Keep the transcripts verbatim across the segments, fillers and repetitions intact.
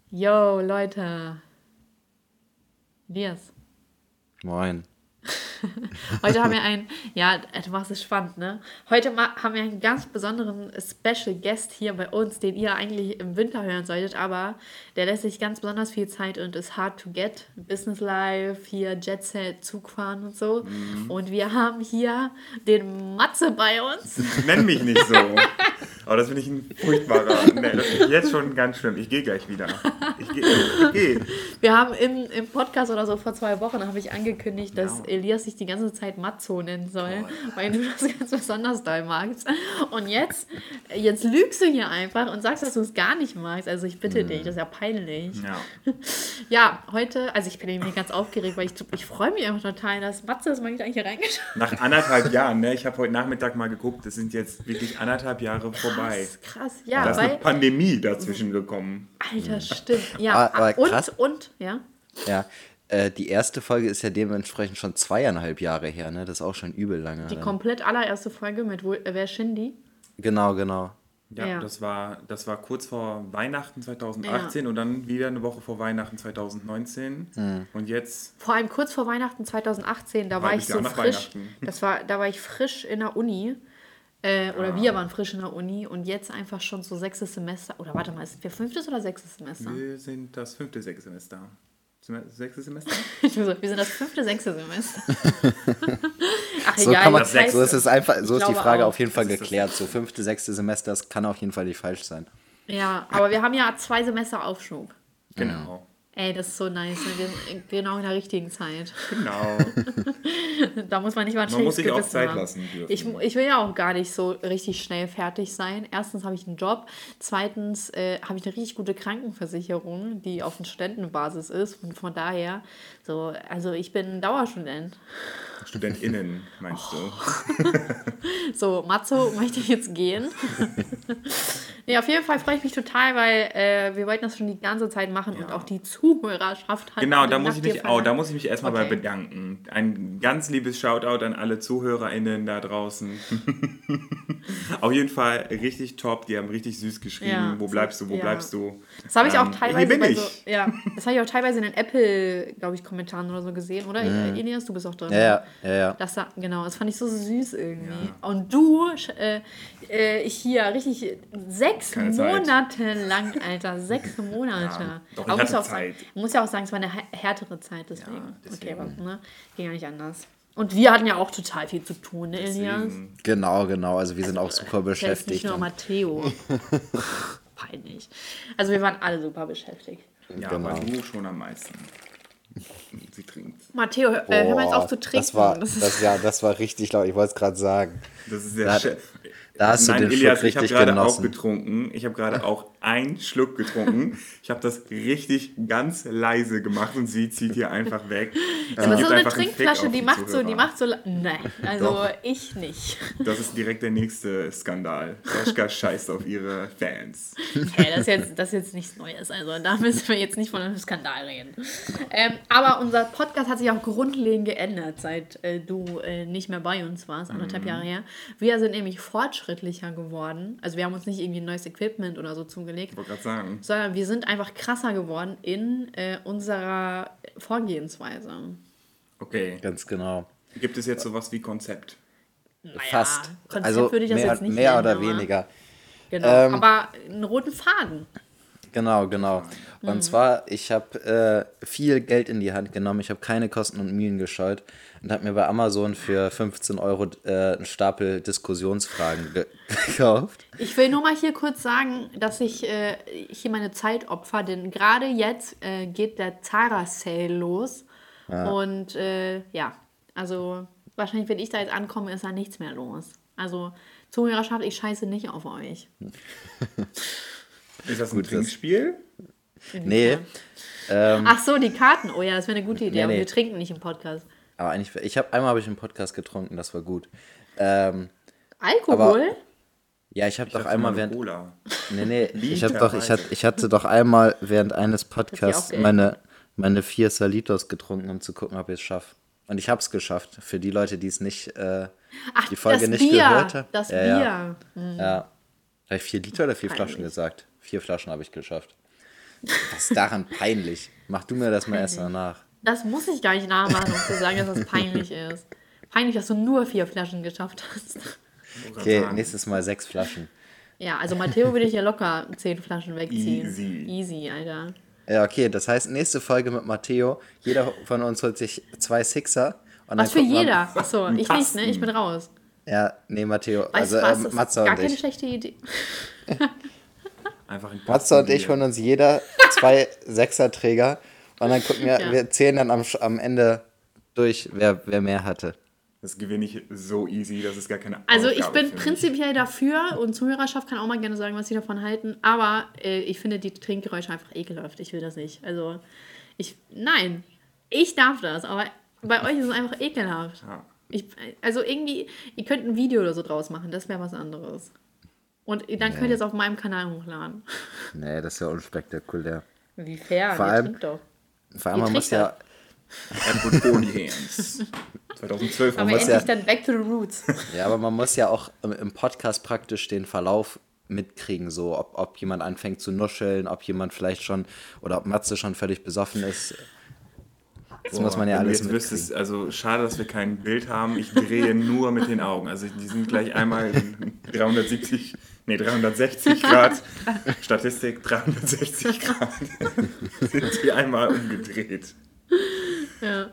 Yo, Leute. Elias. Moin. Heute haben wir einen, ja, du machst es spannend, ne? Heute ma- haben wir einen ganz besonderen Special Guest hier bei uns, den ihr eigentlich im Winter hören solltet, aber der lässt sich ganz besonders viel Zeit und ist hard to get. Business Life, hier Jet Set, Zugfahren und so. Mhm. Und wir haben hier den Matze bei uns. Nenn mich nicht so. Aber das finde ich ein furchtbarer. Nee, das ist jetzt schon ganz schlimm. Ich gehe gleich wieder. Ich gehe. Ich geh. Wir haben im, im Podcast oder so vor zwei Wochen habe ich angekündigt, dass Ja. Elias sich die ganze Zeit Matzo nennen soll, weil du das ganz besonders doll magst. Und jetzt, jetzt lügst du hier einfach und sagst, dass du es gar nicht magst. Also ich bitte dich, das ist ja peinlich. Ja. Ja, heute, also ich bin irgendwie ganz aufgeregt, weil ich, ich freue mich einfach total, dass Matze das mal wieder hier reingeschaut hat. Nach anderthalb Jahren, ne? Ich habe heute Nachmittag mal geguckt, es sind jetzt wirklich anderthalb Jahre vorbei. Krass, krass. Ja, Da ist eine weil, Pandemie dazwischen gekommen. Alter, stimmt. Ja, Aber- aber und, krass. und, ja. Ja, äh, die erste Folge ist ja dementsprechend schon zweieinhalb Jahre her, ne? Das ist auch schon übel lange. Die dann. komplett allererste Folge mit, wo, äh, wer Shindy? Genau, genau. Ja, Ja. Das, war, das war kurz vor Weihnachten zwanzig achtzehn und dann wieder eine Woche vor Weihnachten zwanzig neunzehn. Und jetzt, Vor allem kurz vor Weihnachten zwanzig achtzehn, da war Halbes ich so Jahr nach frisch. Weihnachten. Das war, da war ich frisch in der Uni. Äh, oder wir waren frisch in der Uni und jetzt einfach schon so sechstes Semester. Oder warte mal, sind wir fünftes oder sechstes Semester? wir sind das fünfte Semester. Sem- Sechste Semester? Ich bin so, wir sind das fünfte, sechste Semester. Ach So egal, kann man, das heißt, so ist es einfach, so ich ist die glaube Frage auch. auf jeden Fall Das ist das- geklärt. So fünfte, sechste Semester, das kann auf jeden Fall nicht falsch sein. Ja, aber wir haben ja zwei Semester Aufschub. Genau. Ey, das ist so nice. Ne? Wir sind genau in der richtigen Zeit. Genau. Da muss man nicht mal ein Man muss schlechtes sich auch Gewissen Zeit haben. lassen dürfen. Ich, ich will ja auch gar nicht so richtig schnell fertig sein. Erstens habe ich einen Job. Zweitens äh, habe ich eine richtig gute Krankenversicherung, die auf einer Studentenbasis ist. Und von daher, so, also ich bin Dauerstudent. StudentInnen, meinst du? So, Matzo möchte ich jetzt gehen. Nee, auf jeden Fall freue ich mich total, weil äh, wir wollten das schon die ganze Zeit machen und auch die Zuhörerschaft hat. Genau, die da muss nach ich dir mich, oh, verlangt. da muss ich mich erstmal bei Okay. bedanken. Ein ganz liebes Shoutout an alle ZuhörerInnen da draußen. Auf jeden Fall richtig top, die haben richtig süß geschrieben. Ja, wo bleibst du, wo ja. bleibst du? Das habe ich auch Ähm, teilweise Hier bin bei ich. so, ja, das habe ich auch teilweise in den Apple, glaube ich, Kommentaren oder so gesehen, oder? Elias, du bist auch drin. Ja, ja, ja, ja. Das da, genau, das fand ich so süß irgendwie. Und du, äh, äh, hier richtig sechs Keine Zeit. Monate lang, Alter, sechs Monate. Ja, doch, ich Aber muss hatte auch sagen, Zeit. muss ja auch sagen, es war eine hä- härtere Zeit, deswegen. Ja, Okay, deswegen. aber, ne? Ging ja nicht anders. Und wir hatten ja auch total viel zu tun, ne, Elias? Deswegen, Genau, genau. Also wir sind auch super Selbst nicht beschäftigt. nur und- Matteo. Peinlich. Also wir waren alle super beschäftigt. ja, Genau. aber du schon am meisten. Sie trinkt. Matteo, hör, äh, hör mal jetzt auf zu trinken. Das war, Das ist- das, ja, das war richtig laut. Ich wollte es gerade sagen. Das ist sehr Da- schön. da hast du Nein, den Elias, Schluck ich habe richtig gerade auch genossen. getrunken. Ich habe gerade auch einen Schluck getrunken. Ich habe das richtig ganz leise gemacht und sie zieht hier einfach weg. Sie aber gibt so eine einfach einen Fick Trinkflasche, auf die macht so, die Zuhörer. macht so. la- Nein, also Doch. ich nicht. Das ist direkt der nächste Skandal. Sascha scheißt auf ihre Fans. Hey, das ist jetzt, das ist jetzt nichts Neues. Also da müssen wir jetzt nicht von einem Skandal reden. Ähm, aber unser Podcast hat sich auch grundlegend geändert, seit äh, du äh, nicht mehr bei uns warst, anderthalb Mhm. Jahre her. Wir sind nämlich fortschrittlicher geworden. Also wir haben uns nicht irgendwie ein neues Equipment oder so zugelegt. Ich wollte gerade sagen. Sondern wir sind einfach krasser geworden in äh, unserer Vorgehensweise. Okay. Ganz genau. Gibt es jetzt sowas wie Konzept? Naja, Fast. Konzept Also würde ich das mehr, jetzt nicht mehr nennen, oder aber- weniger. Genau, Ähm, aber einen roten Faden. Genau, genau. Mhm. Und zwar, ich habe äh, viel Geld in die Hand genommen. Ich habe keine Kosten und Mühen gescheut und habe mir bei Amazon für fünfzehn Euro äh, einen Stapel Diskussionsfragen ge gekauft. Ich will nur mal hier kurz sagen, dass ich äh, hier meine Zeit opfer, denn gerade jetzt äh, geht der Zara-Sale los. Und äh, ja, also wahrscheinlich, wenn ich da jetzt ankomme, ist da nichts mehr los. Also Zuhörerschaft, ich scheiße nicht auf euch. Ist das ein Gut, das- Trinkspiel? Nee, ähm, Ach so, die Karten. Oh ja, das wäre eine gute Idee. Nee, Aber nee. wir trinken nicht im Podcast. aber eigentlich, ich habe einmal habe ich einen Podcast getrunken, das war gut. Ähm, Alkohol? ja, ich habe doch dachte einmal mal eine während Cola. Nee, nee, ich, hab doch, ich, Literweise. hatte, ich hatte doch einmal während eines Hat Podcasts sie auch meine, meine vier Salitos getrunken, um zu gucken, ob ich es schaffe. Und ich habe es geschafft. Für die Leute, die es nicht, äh, Ach, die Folge das nicht Bier. gehört haben. Das ja, Bier. Ja, ja. Habe ich vier Liter oder vier Peinlich. Flaschen gesagt? Vier Flaschen habe ich geschafft. Was ist daran peinlich? Mach du mir das mal erst mal nach. Das muss ich gar nicht nachmachen, um zu sagen, dass das peinlich ist. Peinlich, dass du nur vier Flaschen geschafft hast. Okay, nächstes Mal sechs Flaschen. Ja, also Matteo würde ich ja locker zehn Flaschen wegziehen. Easy. Easy, Alter. Ja, okay, das heißt, nächste Folge mit Matteo, jeder von uns holt sich zwei Sixer. Und Was für dann gucken wir- jeder? Achso, ich nicht, ne? Ich bin raus. Ja, nee, Matteo, Weißt also du was? äh, Das Matze ist gar und keine ich. schlechte Idee. Einfach ein Matze und ich holen uns jeder zwei Sechserträger und dann gucken wir, Ja. wir zählen dann am, Sch- am Ende durch, wer, wer mehr hatte. Das gewinne ich so easy, das ist gar keine Also ich Aufgabe bin für mich. prinzipiell dafür und Zuhörerschaft kann auch mal gerne sagen, was sie davon halten, aber äh, ich finde die Trinkgeräusche einfach ekelhaft. Ich will das nicht. Also ich, nein, ich darf das, aber bei euch ist es einfach ekelhaft. Ja. Ich, also irgendwie, ihr könnt ein Video oder so draus machen, das wäre was anderes. Und dann könnt ihr es auf meinem Kanal hochladen. Nee, das ist ja unspektakulär. Wie fair, Vor ihr allem- trinkt doch. Vor allem, Ihr man muss trinkt ja, Er put Body Hands. zweitausendzwölf Aber muss endlich ja- dann back to the roots. ja, aber man muss ja auch im, im Podcast praktisch den Verlauf mitkriegen, so ob, ob jemand anfängt zu nuscheln, ob jemand vielleicht schon, oder ob Matze schon völlig besoffen ist. Das muss man ja Wenn du alles jetzt mitkriegen. wüsstest, also schade, dass wir kein Bild haben. Ich drehe nur mit den Augen. Also die sind gleich einmal dreihundertsiebzig, nee, dreihundertsechzig Grad. Statistik, dreihundertsechzig Grad. Sind die einmal umgedreht. Ja.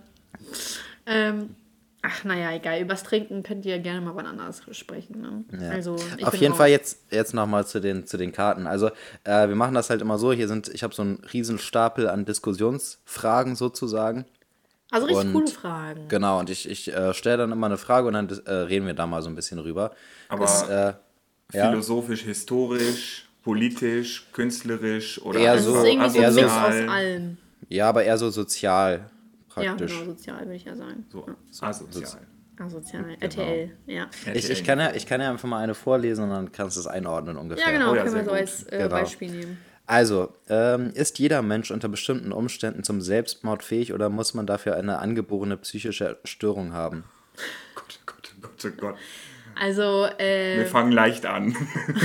Ähm, ach, naja, egal. Übers Trinken könnt ihr gerne mal wann anders sprechen. Ne? Ja. Also, ich Auf bin jeden raus. Fall jetzt, jetzt nochmal zu den, zu den Karten. Also äh, wir machen das halt immer so, hier sind, ich habe so einen riesen Stapel an Diskussionsfragen sozusagen. Also richtig und- coole Fragen. Genau, und ich, ich äh, stelle dann immer eine Frage und dann äh, reden wir da mal so ein bisschen rüber. Aber Ist, äh, ja. philosophisch, historisch, politisch, künstlerisch oder Eher Das so- ist irgendwie so eher ein so- Mix aus allen. ja, aber eher so sozial Ja, praktisch. genau, sozial würde ich ja sagen. so asozial. Asozial, Genau. R T L, ja. Ich, ich, kann ja, ich kann ja einfach mal eine vorlesen und dann kannst du es einordnen ungefähr. Ja, genau, Oh ja, können wir sehr so gut. als äh, Genau. Beispiel nehmen. Also, ähm, ist jeder Mensch unter bestimmten Umständen zum Selbstmord fähig oder muss man dafür eine angeborene psychische Störung haben? Gott, Gott, Gott, oh Gott. Also, äh, Wir fangen leicht an.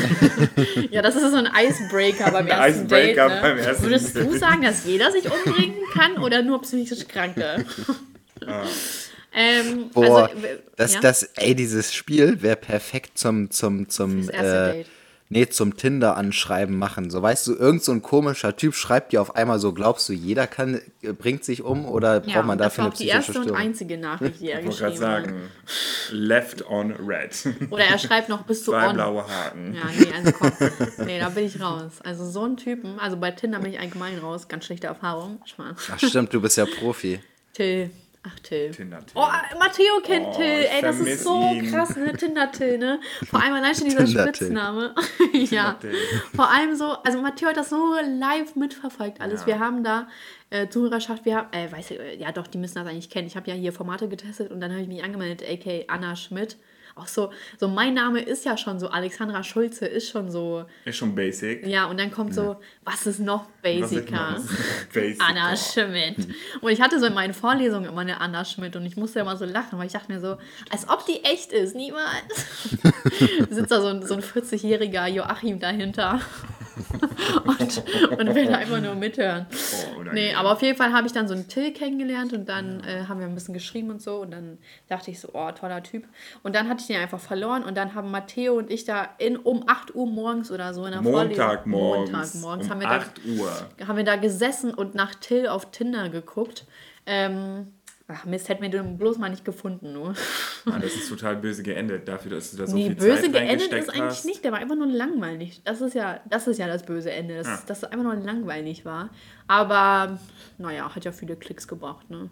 ja, das ist so ein Icebreaker beim Ein ersten Icebreaker Date. Ne? beim ersten Würdest du Date. sagen, dass jeder sich umbringen kann oder nur psychisch Kranke? ähm, Boah, also, w- das, ja? das, ey, dieses Spiel wäre perfekt zum, zum, zum, Fürs erste äh, Date. nee, zum Tinder-Anschreiben machen. So, weißt du, irgend so ein komischer Typ schreibt dir auf einmal so, glaubst du, jeder kann, äh, bringt sich um oder braucht ja, man und das dafür war eine auch die psychische erste und Störung? einzige Nachricht, die er Ich wollte gerade geschrieben hat. sagen, left on red. Oder er schreibt noch, bist du Zwei on? blaue Haken. Ja, nee, also komm. Nee, da bin ich raus. Also so einen Typen, also bei Tinder bin ich allgemein raus. Ganz schlechte Erfahrung. Spaß. Ach stimmt, du bist ja Profi. Till. Ach, Till. Tinder, Till. Oh, Matteo kennt Oh, Till. ich Ey, das ist vermiss so ihn. krass, ne? Tinder-Till, ne? Vor allem allein schon dieser Tinder-Till. Spitzname. ja. Tinder-Till. Vor allem so, also Matteo hat das so live mitverfolgt alles. Ja. Wir haben da äh, Zuhörerschaft, wir haben, äh, weiß ich, äh, ja doch, die müssen das eigentlich kennen. Ich habe ja hier Formate getestet und dann habe ich mich angemeldet, aka Anna Schmidt. Auch so, so mein Name ist ja schon so, Alexandra Schulze ist schon so, Ist schon basic. ja, und dann kommt so, was ist noch Was ist basicer? noch- was ist noch basic? Anna Schmidt. Und ich hatte so in meinen Vorlesungen immer eine Anna Schmidt und ich musste immer so lachen, weil ich dachte mir so, als ob die echt ist, niemals. Sitzt da so ein, so ein vierzig-jähriger Joachim dahinter und, und will einfach nur mithören. Oh, unangenehm. Nee, aber auf jeden Fall habe ich dann so einen Till kennengelernt und dann äh, haben wir ein bisschen geschrieben und so und dann dachte ich so, oh, toller Typ. Und dann hatte ich den einfach verloren und dann haben Matteo und ich da in, um acht Uhr morgens oder so in der Montagmorgens. Montagmorgens um haben wir acht Uhr. da haben wir da gesessen und nach Till auf Tinder geguckt. Ähm, ach Mist, hätten wir den bloß mal nicht gefunden, nur. Ah, das ist total böse geendet, dafür, dass du da so Nee, viel böse Zeit geendet reingesteckt ist eigentlich hast. nicht, der war einfach nur langweilig. Das ist ja das, ist ja das böse Ende, dass, Ja. dass es einfach nur langweilig war. Aber, naja, hat ja viele Klicks gebracht, ne?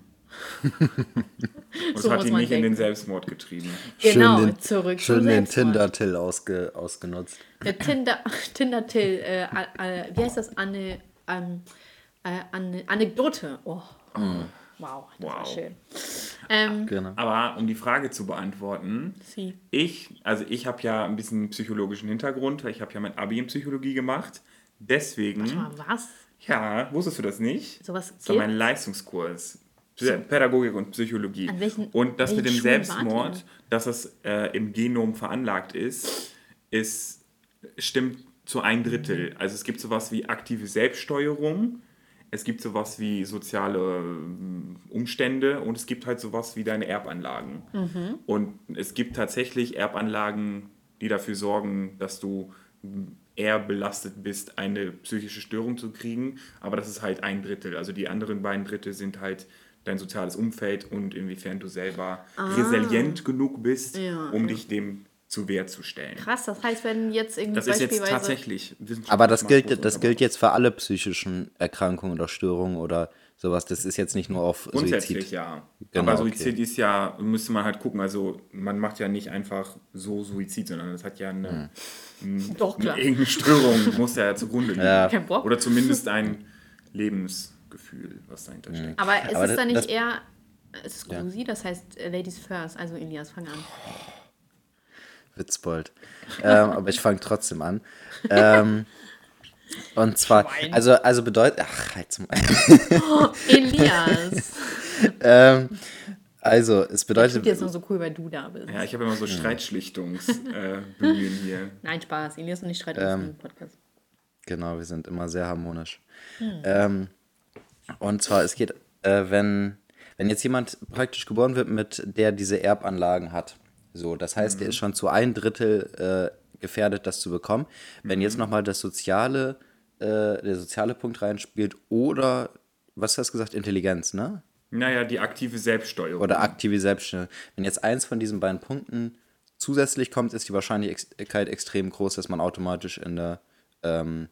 Und So es hat muss ihn man nicht in denken. den Selbstmord getrieben. Genau, schön den, zurück schön zum den Selbstmord. Tinder-Till ausge, ausgenutzt. Der Tinder, Tinder Till, äh, äh, wie heißt das? Anne, ähm, äh, Anne, Anekdote. Oh. Wow, das war Wow. schön. Ähm, Genau. Aber um die Frage zu beantworten, sie. ich, also ich habe ja ein bisschen psychologischen Hintergrund, weil ich habe ja mein Abi in Psychologie gemacht. Deswegen, Warte mal, was? ja, wusstest du das nicht? Sowas Das war mein gibt? Leistungskurs. Pädagogik und Psychologie. An welchen- und das mit dem welchen Schulen wart ihr Selbstmord, dass es äh, im Genom veranlagt ist, ist, stimmt zu ein Drittel. Also es gibt sowas wie aktive Selbststeuerung, es gibt sowas wie soziale ähm, Umstände und es gibt halt sowas wie deine Erbanlagen. Mhm. Und es gibt tatsächlich Erbanlagen, die dafür sorgen, dass du eher belastet bist, eine psychische Störung zu kriegen, aber das ist halt ein Drittel. Also die anderen beiden Drittel sind halt dein soziales Umfeld und inwiefern du selber ah. resilient genug bist, ja, um ja. dich dem zur Wehr zu stellen. Krass, das heißt, wenn jetzt irgendwie das ist jetzt tatsächlich aber das gilt, das gilt jetzt für alle psychischen Erkrankungen oder Störungen oder sowas. Das ist jetzt nicht nur auf grundsätzlich Suizid. Ja. Genau, aber Suizid okay. ist ja, müsste man halt gucken, also man macht ja nicht einfach so Suizid, sondern das hat ja eine, hm. ein, Doch, klar. eine irgendeine Störung, muss ja zugrunde liegen. Ja. Kein Bock. Oder zumindest ein Lebensgefühl, was dahinter steckt. Mhm. Aber ist aber es dann nicht eher, ist es Grusi, ja. das heißt Ladies first, also Elias, fang an. Witzbold. ähm, aber ich fange trotzdem an. Ähm, und zwar, also, also bedeutet, ach, halt mal. Oh, Elias. ähm, also, es bedeutet. Das klingt jetzt noch so cool, weil du da bist. Ja, ich habe immer so Streitschlichtungsbemühen äh, hier. Nein, Spaß. Elias und ich streiten uns ähm, im Podcast. Genau, wir sind immer sehr harmonisch. Hm. Ähm, und zwar, es geht, äh, wenn, wenn jetzt jemand praktisch geboren wird, mit der diese Erbanlagen hat. So, das heißt, mhm. er ist schon zu ein Drittel äh, gefährdet, das zu bekommen. Wenn mhm. jetzt nochmal das soziale, äh, der soziale Punkt reinspielt oder, was hast du gesagt, Intelligenz, ne? Naja, die aktive Selbststeuerung. Oder aktive Selbststeuerung. Wenn jetzt eins von diesen beiden Punkten zusätzlich kommt, ist die Wahrscheinlichkeit extrem groß, dass man automatisch in der, ähm,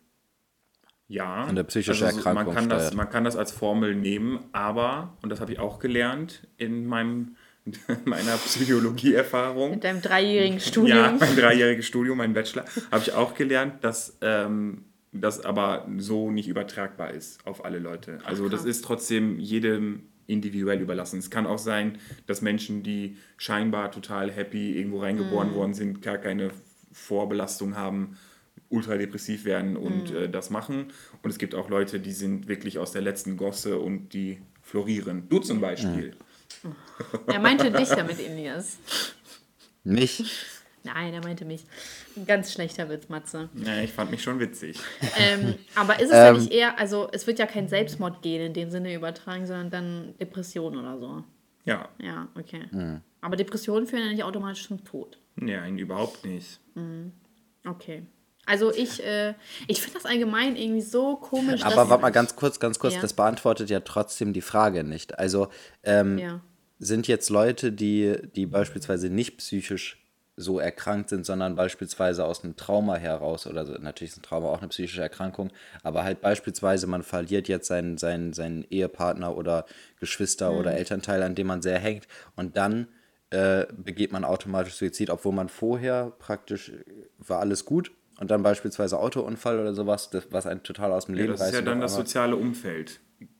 ja, in der psychischen also Erkrankung man kann steuert. Das, man kann das als Formel nehmen, aber, und das habe ich auch gelernt in meinem meiner Psychologieerfahrung. Mit deinem dreijährigen Studium. Ja, mein dreijähriges Studium, mein Bachelor, habe ich auch gelernt, dass ähm, das aber so nicht übertragbar ist auf alle Leute. Also das ist trotzdem jedem individuell überlassen. Es kann auch sein, dass Menschen, die scheinbar total happy irgendwo reingeboren mm. worden sind, gar keine Vorbelastung haben, ultradepressiv werden und mm. äh, das machen. Und es gibt auch Leute, die sind wirklich aus der letzten Gosse und die florieren. Du zum Beispiel. Mm. Er meinte dich damit, Elias. Mich? Nein, er meinte mich. Ein ganz schlechter Witz, Matze. Ja, ich fand mich schon witzig. Ähm, aber ist es ja ähm, nicht eher, also es wird ja kein Selbstmordgen in dem Sinne übertragen, sondern dann Depression oder so. Ja. Ja, okay. Mhm. Aber Depressionen führen ja nicht automatisch zum Tod. Nein, überhaupt nicht. Mhm. Okay. Also ich, äh, ich finde das allgemein irgendwie so komisch. Aber warte mal ganz kurz, ganz kurz, ja. Das beantwortet ja trotzdem die Frage nicht. Also ähm, ja. sind jetzt Leute, die, die beispielsweise nicht psychisch so erkrankt sind, sondern beispielsweise aus einem Trauma heraus oder so, natürlich ist ein Trauma auch eine psychische Erkrankung, aber halt beispielsweise man verliert jetzt seinen, seinen, seinen Ehepartner oder Geschwister mhm. oder Elternteil, an dem man sehr hängt und dann äh, begeht man automatisch Suizid, obwohl man vorher praktisch war alles gut. Und dann beispielsweise Autounfall oder sowas, das, was einen total aus dem Leben reißt. Ja, das ist ja dann das soziale Umfeld.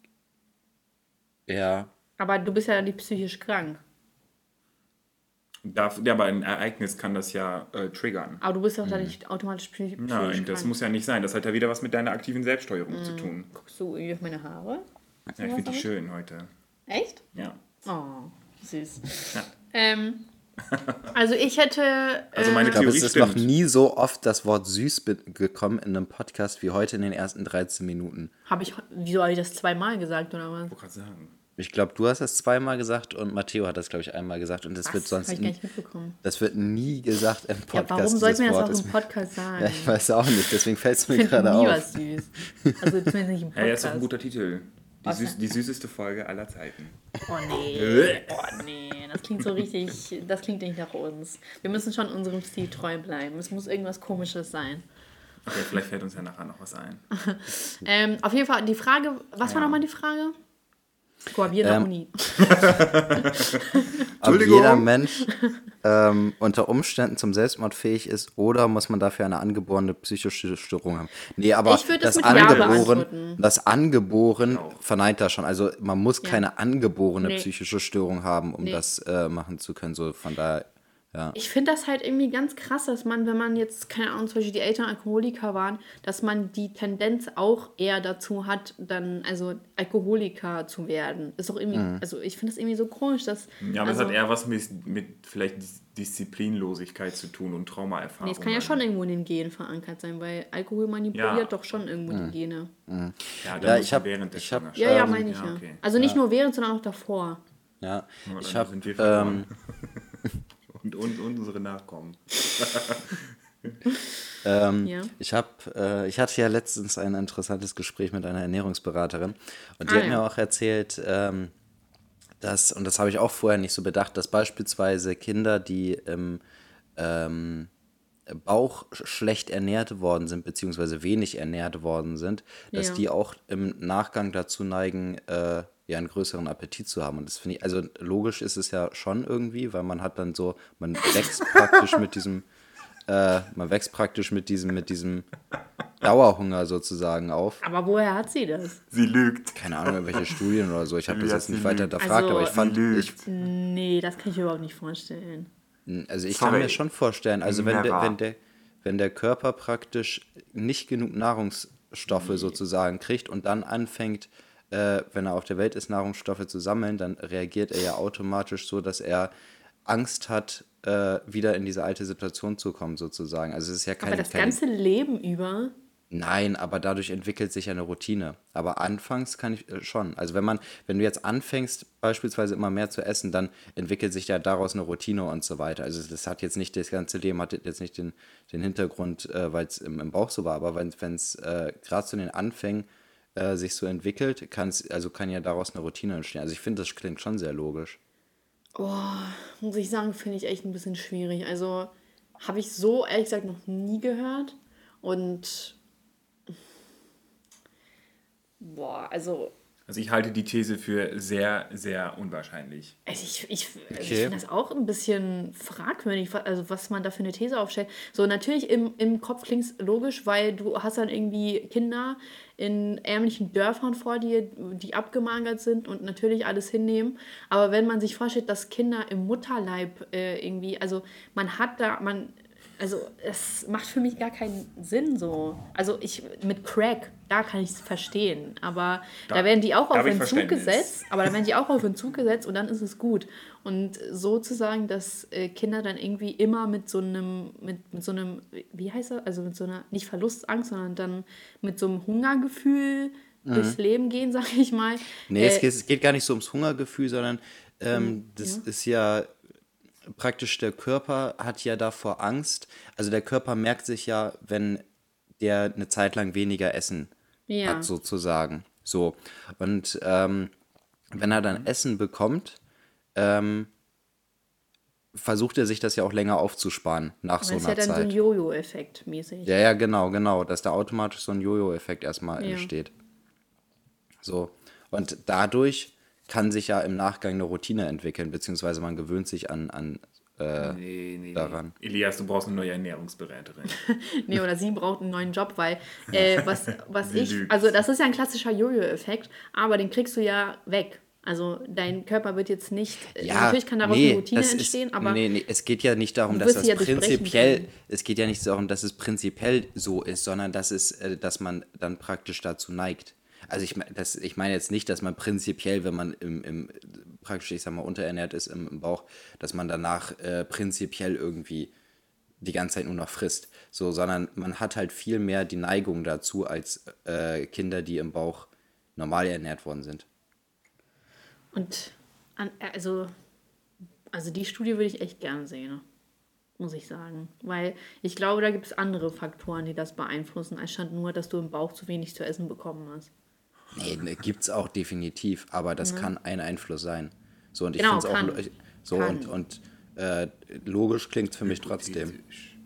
Ja. Aber du bist ja nicht psychisch krank. Darf, ja, aber ein Ereignis kann das ja äh, triggern. Aber du bist doch hm. da nicht automatisch psychisch krank. Nein, das muss ja nicht sein. Das hat ja wieder was mit deiner aktiven Selbststeuerung hm. zu tun. Guckst du irgendwie auf meine Haare? Ja, ich finde die schön heute. Echt? Ja. Oh, süß. Ja. Ähm... Also ich hätte... Also meine Theorie ich glaube, es ist stimmt. noch nie so oft das Wort süß gekommen in einem Podcast wie heute in den ersten dreizehn Minuten. Habe ich... Wieso habe ich das zweimal gesagt, oder was? Ich wollte gerade sagen. Ich glaube, du hast das zweimal gesagt und Matteo hat das, glaube ich, einmal gesagt. Und das was? wird sonst... Habe ich gar nicht mitbekommen. Das wird nie gesagt im Podcast. Ja, warum sollten wir das auch im Podcast sagen? Ja, ich weiß auch nicht, deswegen fällt es mir ich gerade nie auf. Was süß. Also zumindest nicht im Podcast. Ja, ist doch ein guter Titel. Die, süß, die süßeste Folge aller Zeiten. Oh nee, oh nee, das klingt so richtig, das klingt nicht nach uns. Wir müssen schon unserem Stil treu bleiben. Es muss irgendwas Komisches sein. Okay, vielleicht fällt uns ja nachher noch was ein. ähm, auf jeden Fall, die Frage, was ja. war nochmal die Frage? Koabieren ähm, Uni. Ob jeder Mensch ähm, unter Umständen zum Selbstmord fähig ist oder muss man dafür eine angeborene psychische Störung haben? Nee, aber ich das, das, angeboren, das angeboren genau. verneint das schon. Also man muss ja. keine angeborene nee. psychische Störung haben, um nee. das äh, machen zu können. So von daher, Ja. Ich finde das halt irgendwie ganz krass, dass man, wenn man jetzt, keine Ahnung, zum Beispiel die Eltern Alkoholiker waren, dass man die Tendenz auch eher dazu hat, dann, also Alkoholiker zu werden. Ist doch irgendwie, Mhm. also ich finde das irgendwie so komisch, dass. Ja, aber also, es hat eher was mit, mit vielleicht Dis- Disziplinlosigkeit zu tun und Traumaerfahrung. nee, es kann ja schon irgendwo in den Genen verankert sein, weil Alkohol manipuliert Ja. doch schon irgendwo die Gene. Ja, Ja, ja ich hab- während der ich hab- Schwangerschaft. Ja, ja, Ähm, meine ich ja. ja, okay. Also nicht nur während, sondern auch davor. Ja, Ja, ich dann habe sind wir ähm, verloren. und, und, und unsere Nachkommen. Ähm, Ja. ich hab, äh, ich hatte ja letztens ein interessantes Gespräch mit einer Ernährungsberaterin und die Ah, hat mir ja. auch erzählt, ähm, dass, und das habe ich auch vorher nicht so bedacht, dass beispielsweise Kinder, die im ähm, Bauch sch- schlecht ernährt worden sind, beziehungsweise wenig ernährt worden sind, dass Ja. die auch im Nachgang dazu neigen, äh, ja, einen größeren Appetit zu haben. Und das finde ich, also logisch ist es ja schon irgendwie, weil man hat dann so, man wächst praktisch mit diesem, äh, man wächst praktisch mit diesem, mit diesem Dauerhunger sozusagen auf. Aber woher hat sie das? Sie lügt. Keine Ahnung, irgendwelche Studien oder so. Ich habe das Ja, jetzt nicht sie weiter lügt. hinterfragt, Also, aber ich fand, sie lügt. ich, Nee, das kann ich mir überhaupt nicht vorstellen. also ich Sorry. kann mir schon vorstellen, also wenn der, Never. wenn der, wenn der Körper praktisch nicht genug Nahrungsstoffe sozusagen kriegt und dann anfängt, äh, wenn er auf der Welt ist, Nahrungsstoffe zu sammeln, dann reagiert er ja automatisch so, dass er Angst hat, äh, wieder in diese alte Situation zu kommen sozusagen. Also es ist ja keine, Aber das keine ganze Leben über. Nein, aber dadurch entwickelt sich ja eine Routine. Aber anfangs kann ich äh, schon. Also wenn man, wenn du jetzt anfängst, beispielsweise immer mehr zu essen, dann entwickelt sich ja daraus eine Routine und so weiter. Also das hat jetzt nicht das ganze Leben, hat jetzt nicht den, den Hintergrund, äh, weil es im, im Bauch so war, aber wenn es äh, gerade zu den Anfängen äh, sich so entwickelt, kann's, also kann ja daraus eine Routine entstehen. Also ich finde, das klingt schon sehr logisch. Muss ich sagen, finde ich echt ein bisschen schwierig. Also habe ich so ehrlich gesagt noch nie gehört. Und boah, also, Also ich halte die These für sehr, sehr unwahrscheinlich. also ich, ich, also ich Okay. finde das auch ein bisschen fragwürdig, wa- also was man da für eine These aufstellt. So, natürlich im, im Kopf klingt es logisch, weil du hast dann irgendwie Kinder in ärmlichen Dörfern vor dir, die abgemagert sind und natürlich alles hinnehmen. Aber wenn man sich vorstellt, dass Kinder im Mutterleib äh, irgendwie, also man hat da, man, also es macht für mich gar keinen Sinn so. Also ich, mit Crack, da kann ich es verstehen. Aber da, Da- werden die auch da auf hab ich Entzug Verständnis. gesetzt. Aber da werden die auch auf Entzug gesetzt und dann ist es gut. Und sozusagen, dass äh, Kinder dann irgendwie immer mit so einem, mit, mit so einem, wie heißt das? Also mit so einer, nicht Verlustangst, sondern dann mit so einem Hungergefühl durchs Leben gehen, sag ich mal. Nee, es, Äh, geht, es geht gar nicht so ums Hungergefühl, sondern ähm, das ja. ist ja praktisch, der Körper hat ja davor Angst. Also der Körper merkt sich ja, wenn der eine Zeit lang weniger Essen Ja. hat, sozusagen. So. Und ähm, wenn er dann Essen bekommt, ähm, versucht er sich das ja auch länger aufzusparen nach Das so ist ja einer dann so ein Zeit. Jojo-Effekt mäßig. Ja, ja, genau, genau, dass da automatisch so ein Jojo-Effekt erstmal Ja. entsteht. So. Und dadurch kann sich ja im Nachgang eine Routine entwickeln, beziehungsweise man gewöhnt sich an, an äh, Nee, nee, daran. nee. Elias, du brauchst eine neue Ernährungsberaterin. Nee, oder sie braucht einen neuen Job, weil äh, was, was Sie ich, lügt. also das ist ja ein klassischer Jojo-Effekt, aber den kriegst du ja weg. Also dein Körper wird jetzt nicht, äh, natürlich kann daraus nee, eine Routine das entstehen, ist, aber nee, nee, es geht ja nicht darum, du dass wirst das sie ja durchbrechen prinzipiell, können. es geht ja nicht darum, dass es prinzipiell so ist, sondern dass es, äh, dass man dann praktisch dazu neigt. Also ich meine, das, ich meine jetzt nicht, dass man prinzipiell, wenn man im, im praktisch, ich sag mal, unterernährt ist im, im Bauch, dass man danach äh, prinzipiell irgendwie die ganze Zeit nur noch frisst. So, sondern man hat halt viel mehr die Neigung dazu als äh, Kinder, die im Bauch normal ernährt worden sind. Und an, also, also die Studie würde ich echt gern sehen, muss ich sagen. Weil ich glaube, da gibt es andere Faktoren, die das beeinflussen, anstatt nur, dass du im Bauch zu wenig zu essen bekommen hast. Nee, ne, gibt's auch definitiv, aber das kann ein Einfluss sein. So, und ich Genau, finde es auch kann. lo- so Kann. und, und äh, logisch klingt es für mich trotzdem.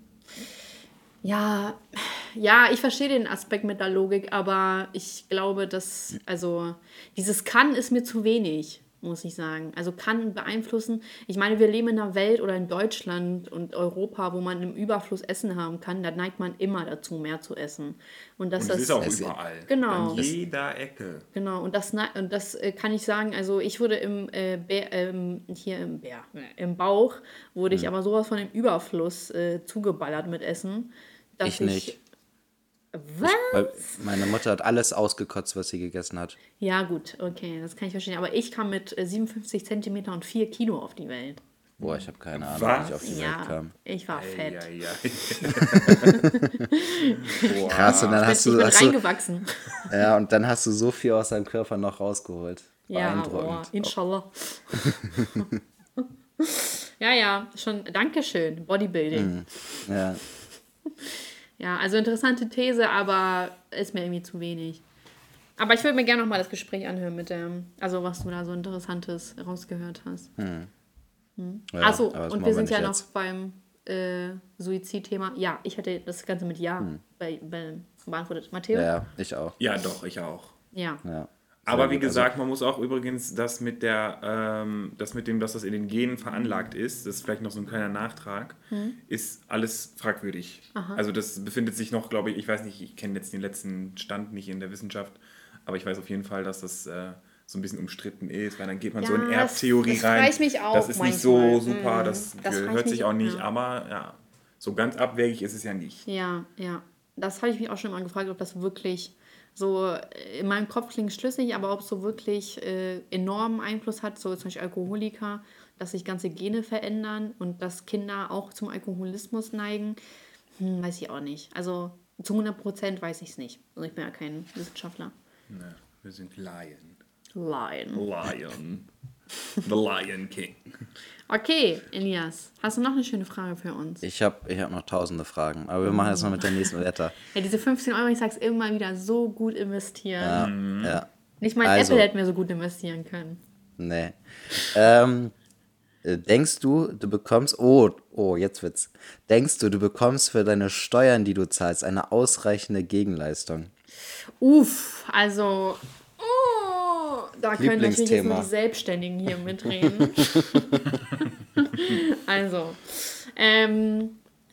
Ja, ja, ich verstehe den Aspekt mit der Logik, aber ich glaube, dass, also, dieses kann ist mir zu wenig. muss ich sagen. Also kann beeinflussen. Ich meine, wir leben in einer Welt oder in Deutschland und Europa, wo man im Überfluss Essen haben kann. Da neigt man immer dazu, mehr zu essen. Und, dass Und das es ist auch es- überall. Genau. An jeder Ecke. Genau, und das, na- und das äh, kann ich sagen, also ich wurde im, äh, Bär, ähm, hier im Bär, äh, im Bauch, wurde ich aber sowas von dem Überfluss äh, zugeballert mit Essen, dass Ich nicht. Was? Weil meine Mutter hat alles ausgekotzt, was sie gegessen hat. Ja gut, okay, das kann ich verstehen. Aber ich kam mit äh, siebenundfünfzig Zentimeter und vier Kilo auf die Welt. Boah, ich habe keine Ahnung, Was? wie ich auf die Welt Ja, kam. ich war fett. Ei, ei, ei. Krass, und dann Ich hast bin, ich du, bin hast du, reingewachsen. ja, und dann hast du so viel aus deinem Körper noch rausgeholt. Ja, boah, Beeindruckend. inshallah. Ja, ja, schon, Dankeschön, Bodybuilding. Ja. Ja, also interessante These, aber ist mir irgendwie zu wenig. Aber ich würde mir gerne nochmal das Gespräch anhören mit dem, also was du da so Interessantes rausgehört hast. Ja, Achso, aber das und machen wir sind nicht ja jetzt. noch beim äh, Suizidthema. Ja, ich hatte das Ganze mit Ja bei, bei, beantwortet. Matteo? Ja, ja, ich auch. Ja, doch, ich auch. Ja. Ja. Aber Sehr wie gut, also- gesagt, man muss auch übrigens das mit der, ähm, das mit dem, dass das in den Genen veranlagt ist, das ist vielleicht noch so ein kleiner Nachtrag, ist alles fragwürdig. Also das befindet sich noch, glaube ich, ich weiß nicht, ich kenne jetzt den letzten Stand nicht in der Wissenschaft, aber ich weiß auf jeden Fall, dass das äh, so ein bisschen umstritten ist, weil dann geht man so in Ja, das- Erbtheorie das rein. frage ich mich auch das ist nicht manchmal. so super, Mm, das, das frage ich hört sich mich- auch nicht, ja. aber ja, so ganz abwegig ist es ja nicht. Ja, ja. Das habe ich mich auch schon mal gefragt, ob das wirklich so, in meinem Kopf klingt schlüssig, aber ob es so wirklich äh, enormen Einfluss hat, so zum Beispiel Alkoholiker, dass sich ganze Gene verändern und dass Kinder auch zum Alkoholismus neigen, hm, weiß ich auch nicht. Also zu hundert Prozent weiß ich es nicht. Also ich bin ja kein Wissenschaftler. Ne, wir sind Lion. Lion. Lion. The Lion King. Okay, Elias, hast du noch eine schöne Frage für uns? Ich habe ich hab noch tausende Fragen, aber wir machen jetzt noch mit der nächsten Wetter. Ja, diese fünfzehn Euro, ich sag's immer wieder, so gut investieren. Ja, ja. Nicht mal Also- Apple hätte mir so gut investieren können. Nee. Ähm, äh, denkst du, du bekommst, oh, oh, jetzt wird's. Denkst du, du bekommst für deine Steuern, die du zahlst, eine ausreichende Gegenleistung? Uff, also, oh, da können natürlich jetzt Lieblingsthema. nur die Selbstständigen hier mitreden. also, ähm,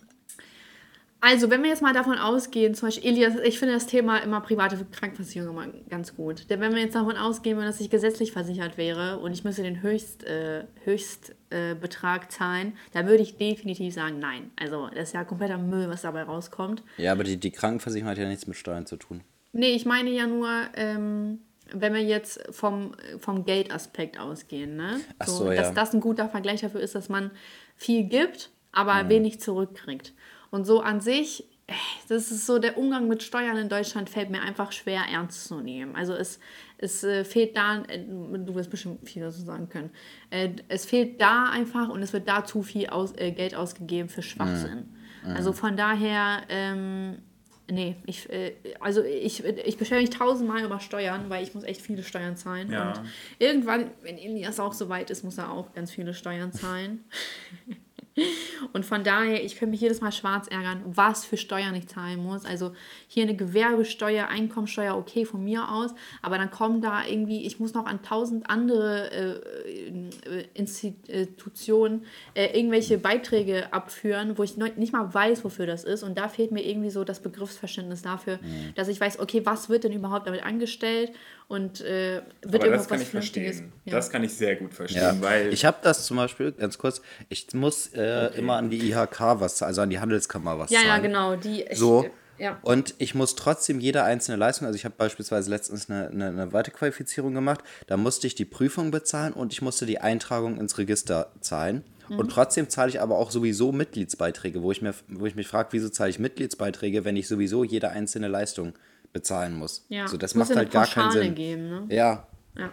also, wenn wir jetzt mal davon ausgehen, zum Beispiel, Elias, ich finde das Thema immer private Krankenversicherung immer ganz gut. Denn wenn wir jetzt davon ausgehen, dass ich gesetzlich versichert wäre und ich müsste den Höchst, äh, Höchstbetrag äh, Betrag zahlen, dann würde ich definitiv sagen, nein. Also, das ist ja kompletter Müll, was dabei rauskommt. Ja, aber die, die Krankenversicherung hat ja nichts mit Steuern zu tun. Nee, ich meine ja nur, ähm, wenn wir jetzt vom, vom Geldaspekt ausgehen, ne? Ach so, dass ja. das ein guter Vergleich dafür ist, dass man viel gibt, aber wenig zurückkriegt. Und so an sich, äh, das ist so, der Umgang mit Steuern in Deutschland fällt mir einfach schwer ernst zu nehmen. Also es, es äh, fehlt da, äh, du wirst bestimmt viel dazu sagen können, äh, es fehlt da einfach und es wird da zu viel aus, äh, Geld ausgegeben für Schwachsinn. Also von daher, ähm, nee, ich, äh, also ich, ich beschwere mich tausendmal über Steuern, weil ich muss echt viele Steuern zahlen. Ja. Und irgendwann, wenn Elias auch so weit ist, muss er auch ganz viele Steuern zahlen. Und von daher, ich könnte mich jedes Mal schwarz ärgern, was für Steuern ich zahlen muss. Also hier eine Gewerbesteuer, Einkommensteuer, okay, von mir aus. Aber dann kommen da irgendwie, ich muss noch an tausend andere äh, äh, Institutionen äh, irgendwelche Beiträge abführen, wo ich noch nicht mal weiß, wofür das ist. Und da fehlt mir irgendwie so das Begriffsverständnis dafür, dass ich weiß, okay, was wird denn überhaupt damit angestellt? Und äh, wird Aber das irgendwas kann ich Vernünftiges? verstehen. Ja. Das kann ich sehr gut verstehen, Ja, weil ich habe das zum Beispiel, ganz kurz, ich muss äh, immer an die I H K was, also an die Handelskammer was ja, zahlen. ja, genau. Die, ich, So. Ja. Und ich muss trotzdem jede einzelne Leistung, also ich habe beispielsweise letztens eine, eine, eine Weiterqualifizierung gemacht, da musste ich die Prüfung bezahlen und ich musste die Eintragung ins Register zahlen. Mhm. Und trotzdem zahle ich aber auch sowieso Mitgliedsbeiträge, wo ich, mir, wo ich mich frage, wieso zahle ich Mitgliedsbeiträge, wenn ich sowieso jede einzelne Leistung bezahlen muss. Ja. So, das Muss macht ja halt eine gar keinen Pauschale Sinn. geben, ne? Ja, Ja.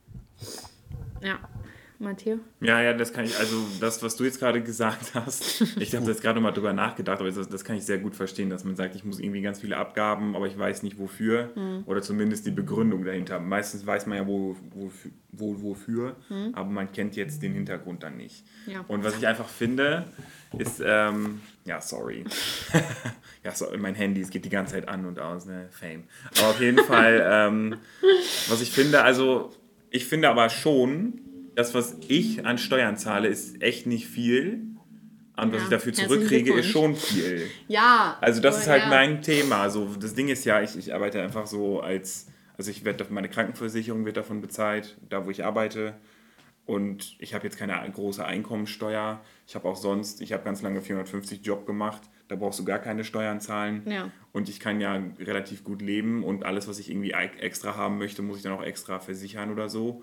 Ja. Matteo? Ja, ja, das kann ich, also das, was du jetzt gerade gesagt hast, ich habe jetzt gerade mal drüber nachgedacht, aber das, das kann ich sehr gut verstehen, dass man sagt, ich muss irgendwie ganz viele Abgaben, aber ich weiß nicht wofür oder zumindest die Begründung dahinter. Meistens weiß man ja wo, wo, wo, wofür, aber man kennt jetzt den Hintergrund dann nicht. Ja. Und was ich einfach finde, ist, ähm, ja, sorry. ja, so, mein Handy, es geht die ganze Zeit an und aus, ne, Fame. Aber auf jeden Fall, ähm, was ich finde, also ich finde aber schon, das, was ich an Steuern zahle, ist echt nicht viel. Und was Ja, ich dafür herzlichen zurückkriege, ist Glückwunsch. schon viel. Ja. Also das aber ist halt ja. mein Thema. Also das Ding ist ja, ich, ich arbeite einfach so als, also ich werde, meine Krankenversicherung wird davon bezahlt, da wo ich arbeite. Und ich habe jetzt keine große Einkommensteuer. Ich habe auch sonst, ich habe ganz lange vierhundertfünfzig Job gemacht. Da brauchst du gar keine Steuern zahlen. Ja. Und ich kann ja relativ gut leben. Und alles, was ich irgendwie extra haben möchte, muss ich dann auch extra versichern oder so.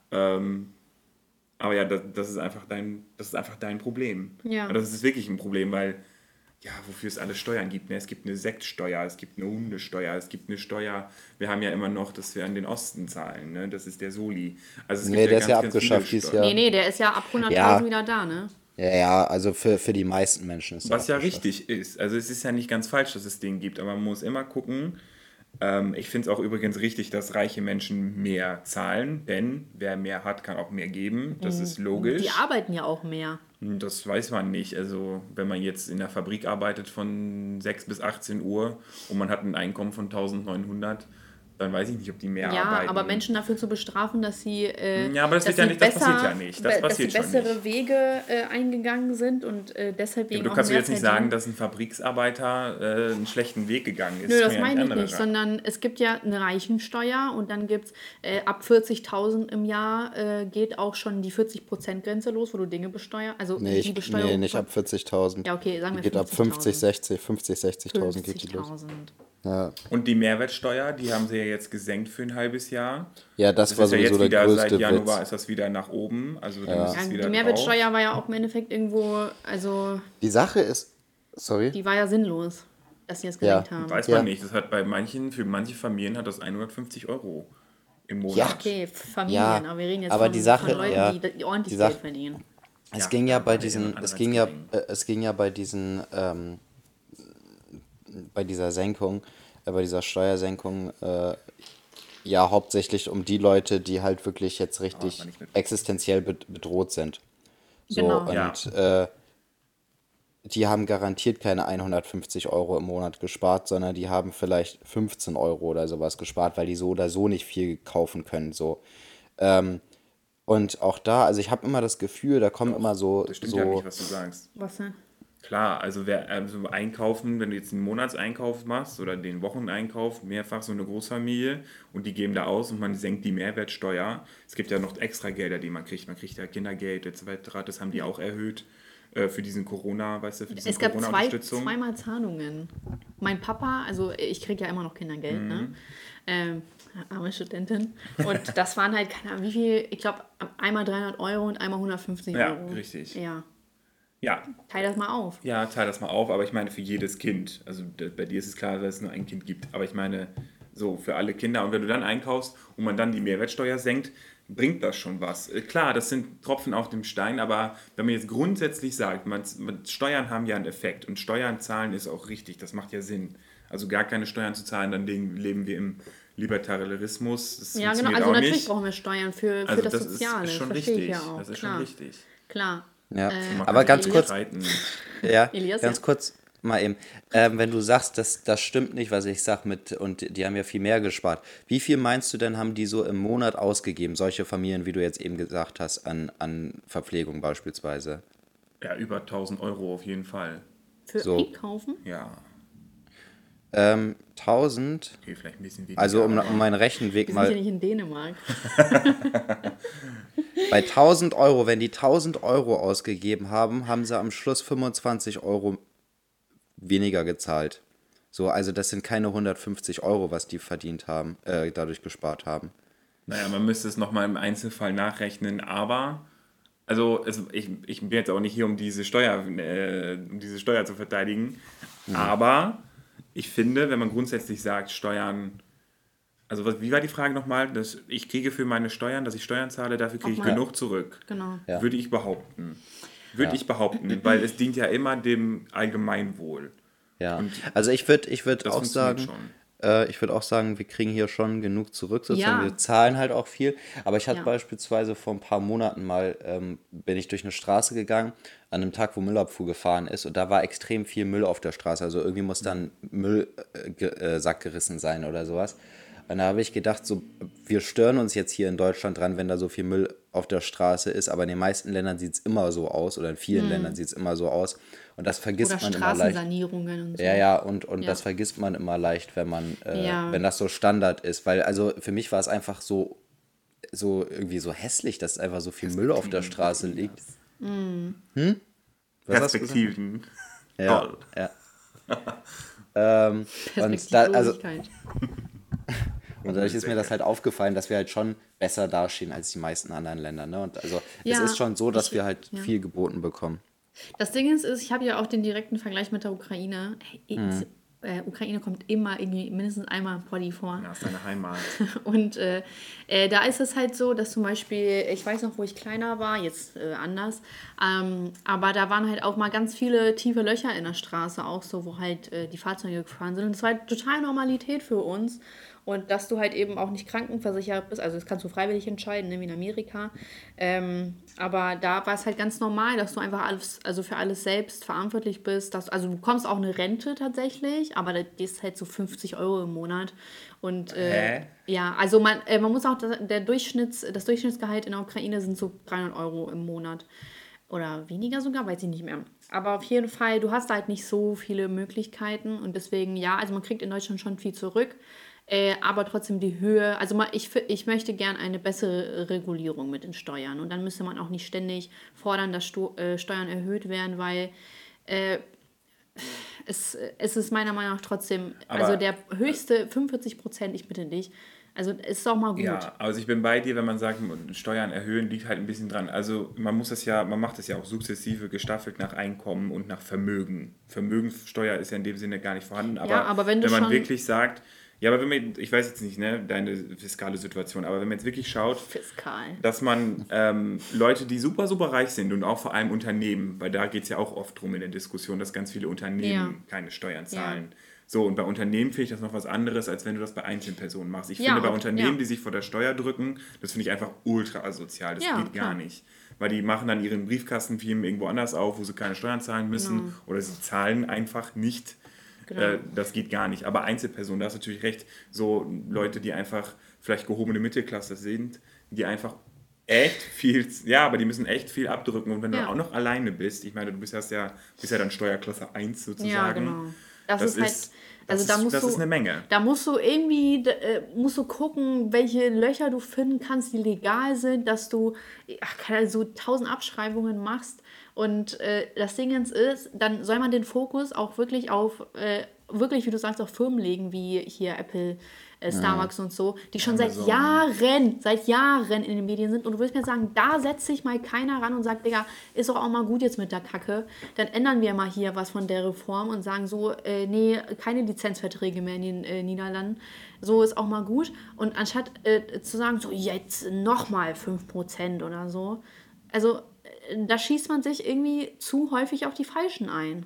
Ähm, aber ja, das, das, ist einfach dein, das ist einfach dein Problem. Ja. Und das ist wirklich ein Problem, weil, ja, wofür es alle Steuern gibt. Ne? Es gibt eine Sektsteuer, es gibt eine Hundesteuer, es gibt eine Steuer. Wir haben ja immer noch, dass wir an den Osten zahlen. Ne? Das ist der Soli. Also es Nee, gibt der ja ist ja ganz, ganz viele abgeschafft dieses Steuern. Jahr. Nee, nee, der ist ja ab hunderttausend wieder da, ne? Ja, ja, also für, für die meisten Menschen ist Was das ja abgeschafft. richtig ist. Also es ist ja nicht ganz falsch, dass es den gibt, aber man muss immer gucken. Ähm, ich finde es auch übrigens richtig, dass reiche Menschen mehr zahlen, denn wer mehr hat, kann auch mehr geben. Das ist logisch. Die arbeiten ja auch mehr. Das weiß man nicht. Also wenn man jetzt in der Fabrik arbeitet von sechs bis achtzehn Uhr und man hat ein Einkommen von neunzehnhundert, dann weiß ich nicht, ob die mehr Ja, arbeiten. aber Menschen dafür zu bestrafen, dass sie, äh, Ja, aber das dass wird ja sie nicht- das besser, passiert ja nicht. Das be- passiert dass sie schon bessere nicht. Wege äh, eingegangen sind und äh, deshalb wegen Du auch kannst mehr jetzt nicht verdienen. sagen, dass ein Fabriksarbeiter äh, einen schlechten Weg gegangen ist. Nö, das kann ja meine ich andere nicht, sagen. sondern es gibt ja eine Reichensteuer und dann gibt es äh, ab vierzigtausend im Jahr äh, geht auch schon die vierzig Prozent Grenze los, wo du Dinge besteuerst. Also Nee, die ich, Besteuerung nee, nicht von- ab vierzigtausend. Ja, okay, sagen Die wir geht ab fünfzig, sechzig, fünfzig, sechzigtausend geht die los. fünfzigtausend. Ja, Und die Mehrwertsteuer, die haben sie ja jetzt gesenkt für ein halbes Jahr. ja das, Das war ist ja sowieso jetzt der wieder, größte seit Januar Witz. ist das wieder nach oben. Also dann Ja. ist es Ja, wieder die Mehrwertsteuer war ja auch im Endeffekt irgendwo, also Die Sache ist, sorry, die war ja sinnlos, dass sie das Ja. gesenkt haben. drauf. Weiß Ja. man nicht. Das hat bei manchen, für manche Familien hat das hundertfünfzig Euro im Monat. Ja. Okay, Familien, Ja, aber wir reden jetzt aber von, die Sache- von Leuten, ja, die, die ordentlich die Sache- Geld verdienen. es Ja, ging ja aber bei die diesen, sind es ging ja, gering. äh, es ging ja bei diesen, ähm, bei dieser Senkung, äh, bei dieser Steuersenkung, äh, ja hauptsächlich um die Leute, die halt wirklich jetzt richtig war nicht mit- existenziell bed- bedroht sind. So, Genau. und äh, die haben garantiert keine hundertfünfzig Euro im Monat gespart, sondern die haben vielleicht fünfzehn Euro oder sowas gespart, weil die so oder so nicht viel kaufen können. So. Ähm, und auch da, also ich habe immer das Gefühl, da kommen immer so, Das stimmt so ja nicht, was du sagst. Was denn? Klar, also wer also einkaufen, wenn du jetzt einen Monatseinkauf machst oder den Wocheneinkauf, mehrfach so eine Großfamilie und die geben da aus und man senkt die Mehrwertsteuer. Es gibt ja noch extra Gelder, die man kriegt. Man kriegt ja Kindergeld et cetera. Das haben die auch erhöht äh, für diesen Corona, weißt du, für diese Es gab zwei, Corona-Unterstützung. zweimal Zahlungen. Mein Papa, also ich kriege ja immer noch Kindergeld, ne? Ähm, arme Studentin. Und das waren halt, keine Ahnung, wie viel, ich glaube, einmal dreihundert Euro und einmal hundertfünfzig Ja, Euro. richtig. Ja, Ja, teil das mal auf. ja, teile das mal auf, aber ich meine für jedes Kind. Also d- bei dir ist es klar, dass es nur ein Kind gibt, aber ich meine so für alle Kinder. Und wenn du dann einkaufst und man dann die Mehrwertsteuer senkt, bringt das schon was. Äh, Klar, das sind Tropfen auf dem Stein, aber wenn man jetzt grundsätzlich sagt, man, man, Steuern haben ja einen Effekt und Steuern zahlen ist auch richtig, das macht ja Sinn. Also gar keine Steuern zu zahlen, dann leben leben wir im Libertarismus. Das Ja, genau. funktioniert Also auch natürlich nicht. brauchen wir Steuern für, für Also das, das ist, Soziale. ist schon Verstehe richtig. ich ja auch. Das ist Klar. schon richtig. Klar. Ja, Man aber kann ganz sich kurz, streiten. ja, Elias, ganz ja. kurz mal eben, ähm, wenn du sagst, das, das stimmt nicht, was ich sag mit, und die haben ja viel mehr gespart. Wie viel meinst du denn, haben die so im Monat ausgegeben, solche Familien, wie du jetzt eben gesagt hast, an, an Verpflegung beispielsweise? Ja, über tausend Euro auf jeden Fall. Für So. Einkaufen? Ja, Ähm, tausend, okay, vielleicht ein bisschen weniger. also um, aber- um meinen Rechenweg Wir sind hier mal, nicht in Dänemark. bei tausend Euro, wenn die tausend Euro ausgegeben haben, haben sie am Schluss fünfundzwanzig Euro weniger gezahlt. So, also das sind keine hundertfünfzig Euro, was die verdient haben, äh, dadurch gespart haben. Naja, man müsste es nochmal im Einzelfall nachrechnen, aber, also es, ich, ich bin jetzt auch nicht hier, um diese Steuer, äh, um diese Steuer zu verteidigen, aber ich finde, wenn man grundsätzlich sagt, Steuern, also was, wie war die Frage nochmal, dass ich kriege für meine Steuern, dass ich Steuern zahle, dafür kriege ich Nochmal. genug zurück. Genau. Ja. Würde ich behaupten. Würde Ja. ich behaupten, weil es dient ja immer dem Allgemeinwohl. Ja, Und also ich würde ich würd das auch funktioniert sagen, schon. äh, ich würde auch sagen, wir kriegen hier schon genug zurück, sozusagen. Ja. Wir zahlen halt auch viel. Aber ich hatte Ja. beispielsweise vor ein paar Monaten mal, ähm, bin ich durch eine Straße gegangen, an einem Tag, wo Müllabfuhr gefahren ist, und da war extrem viel Müll auf der Straße. Also irgendwie muss dann Müllsack äh, ge- äh, Sack gerissen sein oder sowas. Und da habe ich gedacht, so, wir stören uns jetzt hier in Deutschland dran, wenn da so viel Müll auf der Straße ist, aber in den meisten Ländern sieht es immer so aus oder in vielen Hm. Ländern sieht es immer so aus und das vergisst Oder man immer leicht. Straßensanierungen und so. Ja, ja, und, und Ja. das vergisst man immer leicht, wenn man, äh, Ja. wenn das so Standard ist, weil also für mich war es einfach so, so irgendwie so hässlich, dass einfach so viel Müll auf der Straße liegt. Hm? Was hast du gesagt? Perspektiven. Ja, Toll. ja. ähm, und da, also Perspektivlosigkeit. und dadurch ist mir das halt aufgefallen, dass wir halt schon besser dastehen als die meisten anderen Länder. Ne? Und also es Ja, ist schon so, dass ich- wir halt ja. viel geboten bekommen. Das Ding ist, ist ich habe ja auch den direkten Vergleich mit der Ukraine. Hey, Mhm. äh, Ukraine kommt immer irgendwie mindestens einmal im Poddy vor. Ja, ist deine Heimat. Und äh, äh, da ist es halt so, dass zum Beispiel, ich weiß noch, wo ich kleiner war, jetzt äh, anders, ähm, aber da waren halt auch mal ganz viele tiefe Löcher in der Straße, auch so, wo halt äh, die Fahrzeuge gefahren sind. Und das war halt total Normalität für uns. Und dass du halt eben auch nicht krankenversichert bist, also das kannst du freiwillig entscheiden, ne, wie in Amerika. Ähm, aber da war es halt ganz normal, dass du einfach alles, also für alles selbst verantwortlich bist. Dass, also du bekommst auch eine Rente tatsächlich, aber die ist halt so fünfzig Euro im Monat. Und äh, Hä? ja, also man, äh, man muss auch, das, der Durchschnitts, das Durchschnittsgehalt in der Ukraine sind so dreihundert Euro im Monat. Oder weniger sogar, weiß ich nicht mehr. Aber auf jeden Fall, du hast halt nicht so viele Möglichkeiten und deswegen, ja, also man kriegt in Deutschland schon viel zurück, äh, aber trotzdem die Höhe, also mal, ich, fi- ich möchte gern eine bessere Regulierung mit den Steuern und dann müsste man auch nicht ständig fordern, dass Sto äh, Steuern erhöht werden, weil äh, es, es ist meiner Meinung nach trotzdem, Aber- also der höchste fünfundvierzig Prozent, ich bitte dich, also es ist auch mal gut. Ja, also ich bin bei dir, wenn man sagt, Steuern erhöhen, liegt halt ein bisschen dran. Also man muss das ja, man macht das ja auch sukzessive gestaffelt nach Einkommen und nach Vermögen. Vermögenssteuer ist ja in dem Sinne gar nicht vorhanden. Aber, Ja, aber wenn du man schon- wirklich sagt, ja, aber wenn man, ich weiß jetzt nicht, ne, deine fiskale Situation, aber wenn man jetzt wirklich schaut, Fiskal. dass man ähm, Leute, die super, super reich sind und auch vor allem Unternehmen, weil da geht es ja auch oft drum in der Diskussion, dass ganz viele Unternehmen Ja. keine Steuern zahlen. So, und bei Unternehmen finde ich das noch was anderes, als wenn du das bei Einzelpersonen machst. Ich Ja, finde, bei und- Unternehmen, ja. die sich vor der Steuer drücken, das finde ich einfach ultra asozial. Das Ja, geht gar klar. nicht. Weil die machen dann ihren Briefkastenfirmen irgendwo anders auf, wo sie keine Steuern zahlen müssen. Genau. Oder sie zahlen einfach nicht. Genau. Äh, das geht gar nicht. Aber Einzelpersonen, da hast du natürlich recht, so Leute, die einfach vielleicht gehobene Mittelklasse sind, die einfach echt viel, ja, aber die müssen echt viel abdrücken. Und wenn Ja. du auch noch alleine bist, ich meine, du bist, hast ja, bist ja dann Steuerklasse eins sozusagen. Ja, genau. Das, Das ist halt, ist- also das da ist- musst das du, ist eine Menge. Da musst du irgendwie, d- äh, musst du gucken, welche Löcher du finden kannst, die legal sind, dass du ach, keine- so tausend Abschreibungen machst. Und äh, das Ding jetzt ist, dann soll man den Fokus auch wirklich auf, äh, wirklich, wie du sagst, auf Firmen legen, wie hier Apple, äh, Starbucks und so, die schon seit Amazon. Jahren, seit Jahren in den Medien sind. Und du willst mir sagen, da setzt sich mal keiner ran und sagt, Digga, ist doch auch mal gut jetzt mit der Kacke. Dann ändern wir mal hier was von der Reform und sagen so, äh, nee, keine Lizenzverträge mehr in den äh, Niederlanden. So ist auch mal gut. Und anstatt äh, zu sagen, so jetzt nochmal fünf Prozent oder so, also äh, da schießt man sich irgendwie zu häufig auf die Falschen ein.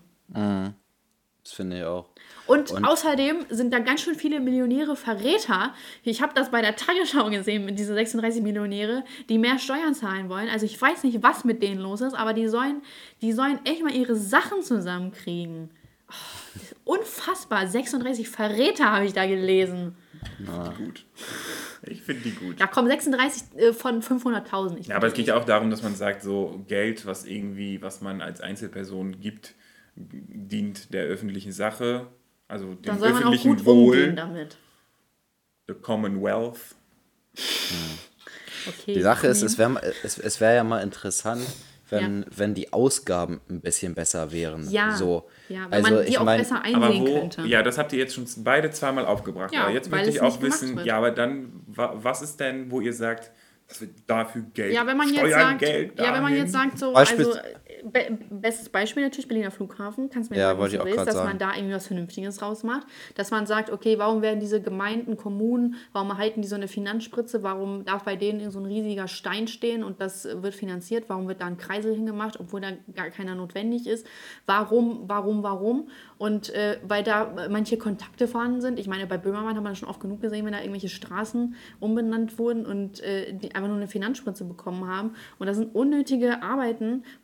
Das finde ich auch. Und, Und- außerdem sind da ganz schön viele Millionäre Verräter. Ich habe das bei der Tagesschau gesehen mit diesen sechsunddreißig Millionäre, die mehr Steuern zahlen wollen. Also ich weiß nicht, was mit denen los ist, aber die sollen, die sollen echt mal ihre Sachen zusammenkriegen. Oh, das ist unfassbar. sechsunddreißig Verräter habe ich da gelesen. Gut. Ich finde die gut. Ja, komm, sechsunddreißig äh, von fünfhunderttausend. Ich Ja, aber es geht ja auch darum, dass man sagt, so Geld, was irgendwie, was man als Einzelperson gibt, dient der öffentlichen Sache, also dem Dann soll man auch öffentlichen gut Wohl, umgehen damit. the Commonwealth. Okay, Die Sache ist, cool. es wäre es, es wär ja mal interessant, wenn, wenn die Ausgaben ein bisschen besser wären. Ja, so. ja, wenn also, man die ich auch mein, besser Aber einsehen wo, könnte. ja, das habt ihr jetzt schon beide zweimal aufgebracht. Ja, aber jetzt weil möchte ich es auch nicht gemacht wissen, wird. ja, aber dann, wa- was ist denn, wo ihr sagt, dass wir dafür Geld, Ja, wenn man jetzt Steuern, sagt, Geld ja, wenn man dahin? jetzt sagt, so, Beispiel- also äh, be bestes Beispiel natürlich Berliner Flughafen, kannst du mir Ja, sagen, was wollte du ich auch willst, grad dass sagen. man da irgendwie was Vernünftiges rausmacht, dass man sagt, okay, warum werden diese Gemeinden, Kommunen, warum erhalten die so eine Finanzspritze, warum darf bei denen so ein riesiger Stein stehen und das wird finanziert, warum wird da ein Kreisel hingemacht, obwohl da gar keiner notwendig ist, warum, warum, warum und äh, weil da manche Kontakte vorhanden sind, ich meine, bei Böhmermann haben wir schon oft genug gesehen, wenn da irgendwelche Straßen umbenannt wurden und äh, die einfach nur eine Finanzspritze bekommen haben und das sind unnötige Arbeiten, wo mir der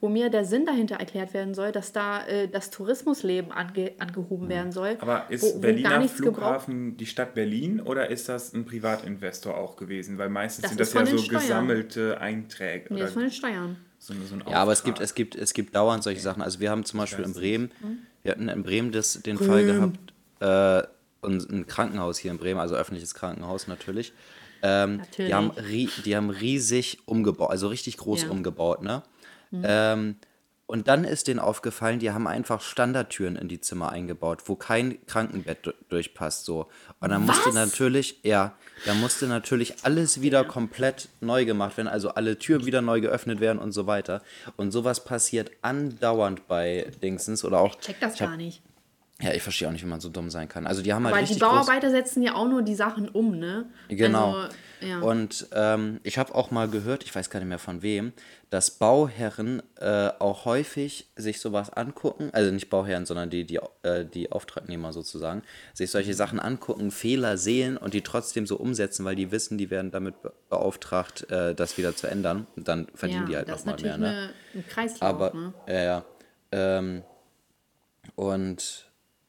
Sinn dahinter erklärt werden soll, dass da äh, das Tourismusleben ange, angehoben werden soll. Aber ist wo, wo Berliner gar nichts Flughafen die Stadt Berlin oder ist das ein Privatinvestor auch gewesen? Weil meistens Das sind ist das ja von den so Steuern. gesammelte Einträge. Nee, oder das von den Steuern. so, so ein Ja, aber es Auftrag. gibt, es gibt, es gibt dauernd solche Sachen. Also wir haben zum Beispiel in weiß Bremen, wir hatten in Bremen das, den Fall gehabt, äh, und ein Krankenhaus hier in Bremen, also öffentliches Krankenhaus natürlich. Ähm, Natürlich. Die haben, ri- die haben riesig umgebaut, also richtig groß Ja. umgebaut, ne? Ähm, und dann ist denen aufgefallen, die haben einfach Standardtüren in die Zimmer eingebaut, wo kein Krankenbett du- durchpasst, so. Und dann musste Was? natürlich, ja, da musste natürlich alles wieder komplett neu gemacht werden, also alle Türen wieder neu geöffnet werden und so weiter. Und sowas passiert andauernd bei Dingsens oder auch. Check das ich hab, gar nicht. Ja, ich verstehe auch nicht, wie man so dumm sein kann. Also die haben halt Weil die richtig groß. Bauarbeiter setzen ja auch nur die Sachen um, ne? Genau. Also, ja. Und ähm, ich habe auch mal gehört, ich weiß gar nicht mehr von wem, dass Bauherren äh, auch häufig sich sowas angucken, also nicht Bauherren, sondern die, die, äh, die Auftragnehmer sozusagen, sich solche Sachen angucken, Fehler sehen und die trotzdem so umsetzen, weil die wissen, die werden damit be- beauftragt, äh, das wieder zu ändern. Und dann verdienen ja, die halt das ist nochmal mehr. natürlich Ne? eine, ein Kreislauf, Aber, ne? ja, ja. Ähm, und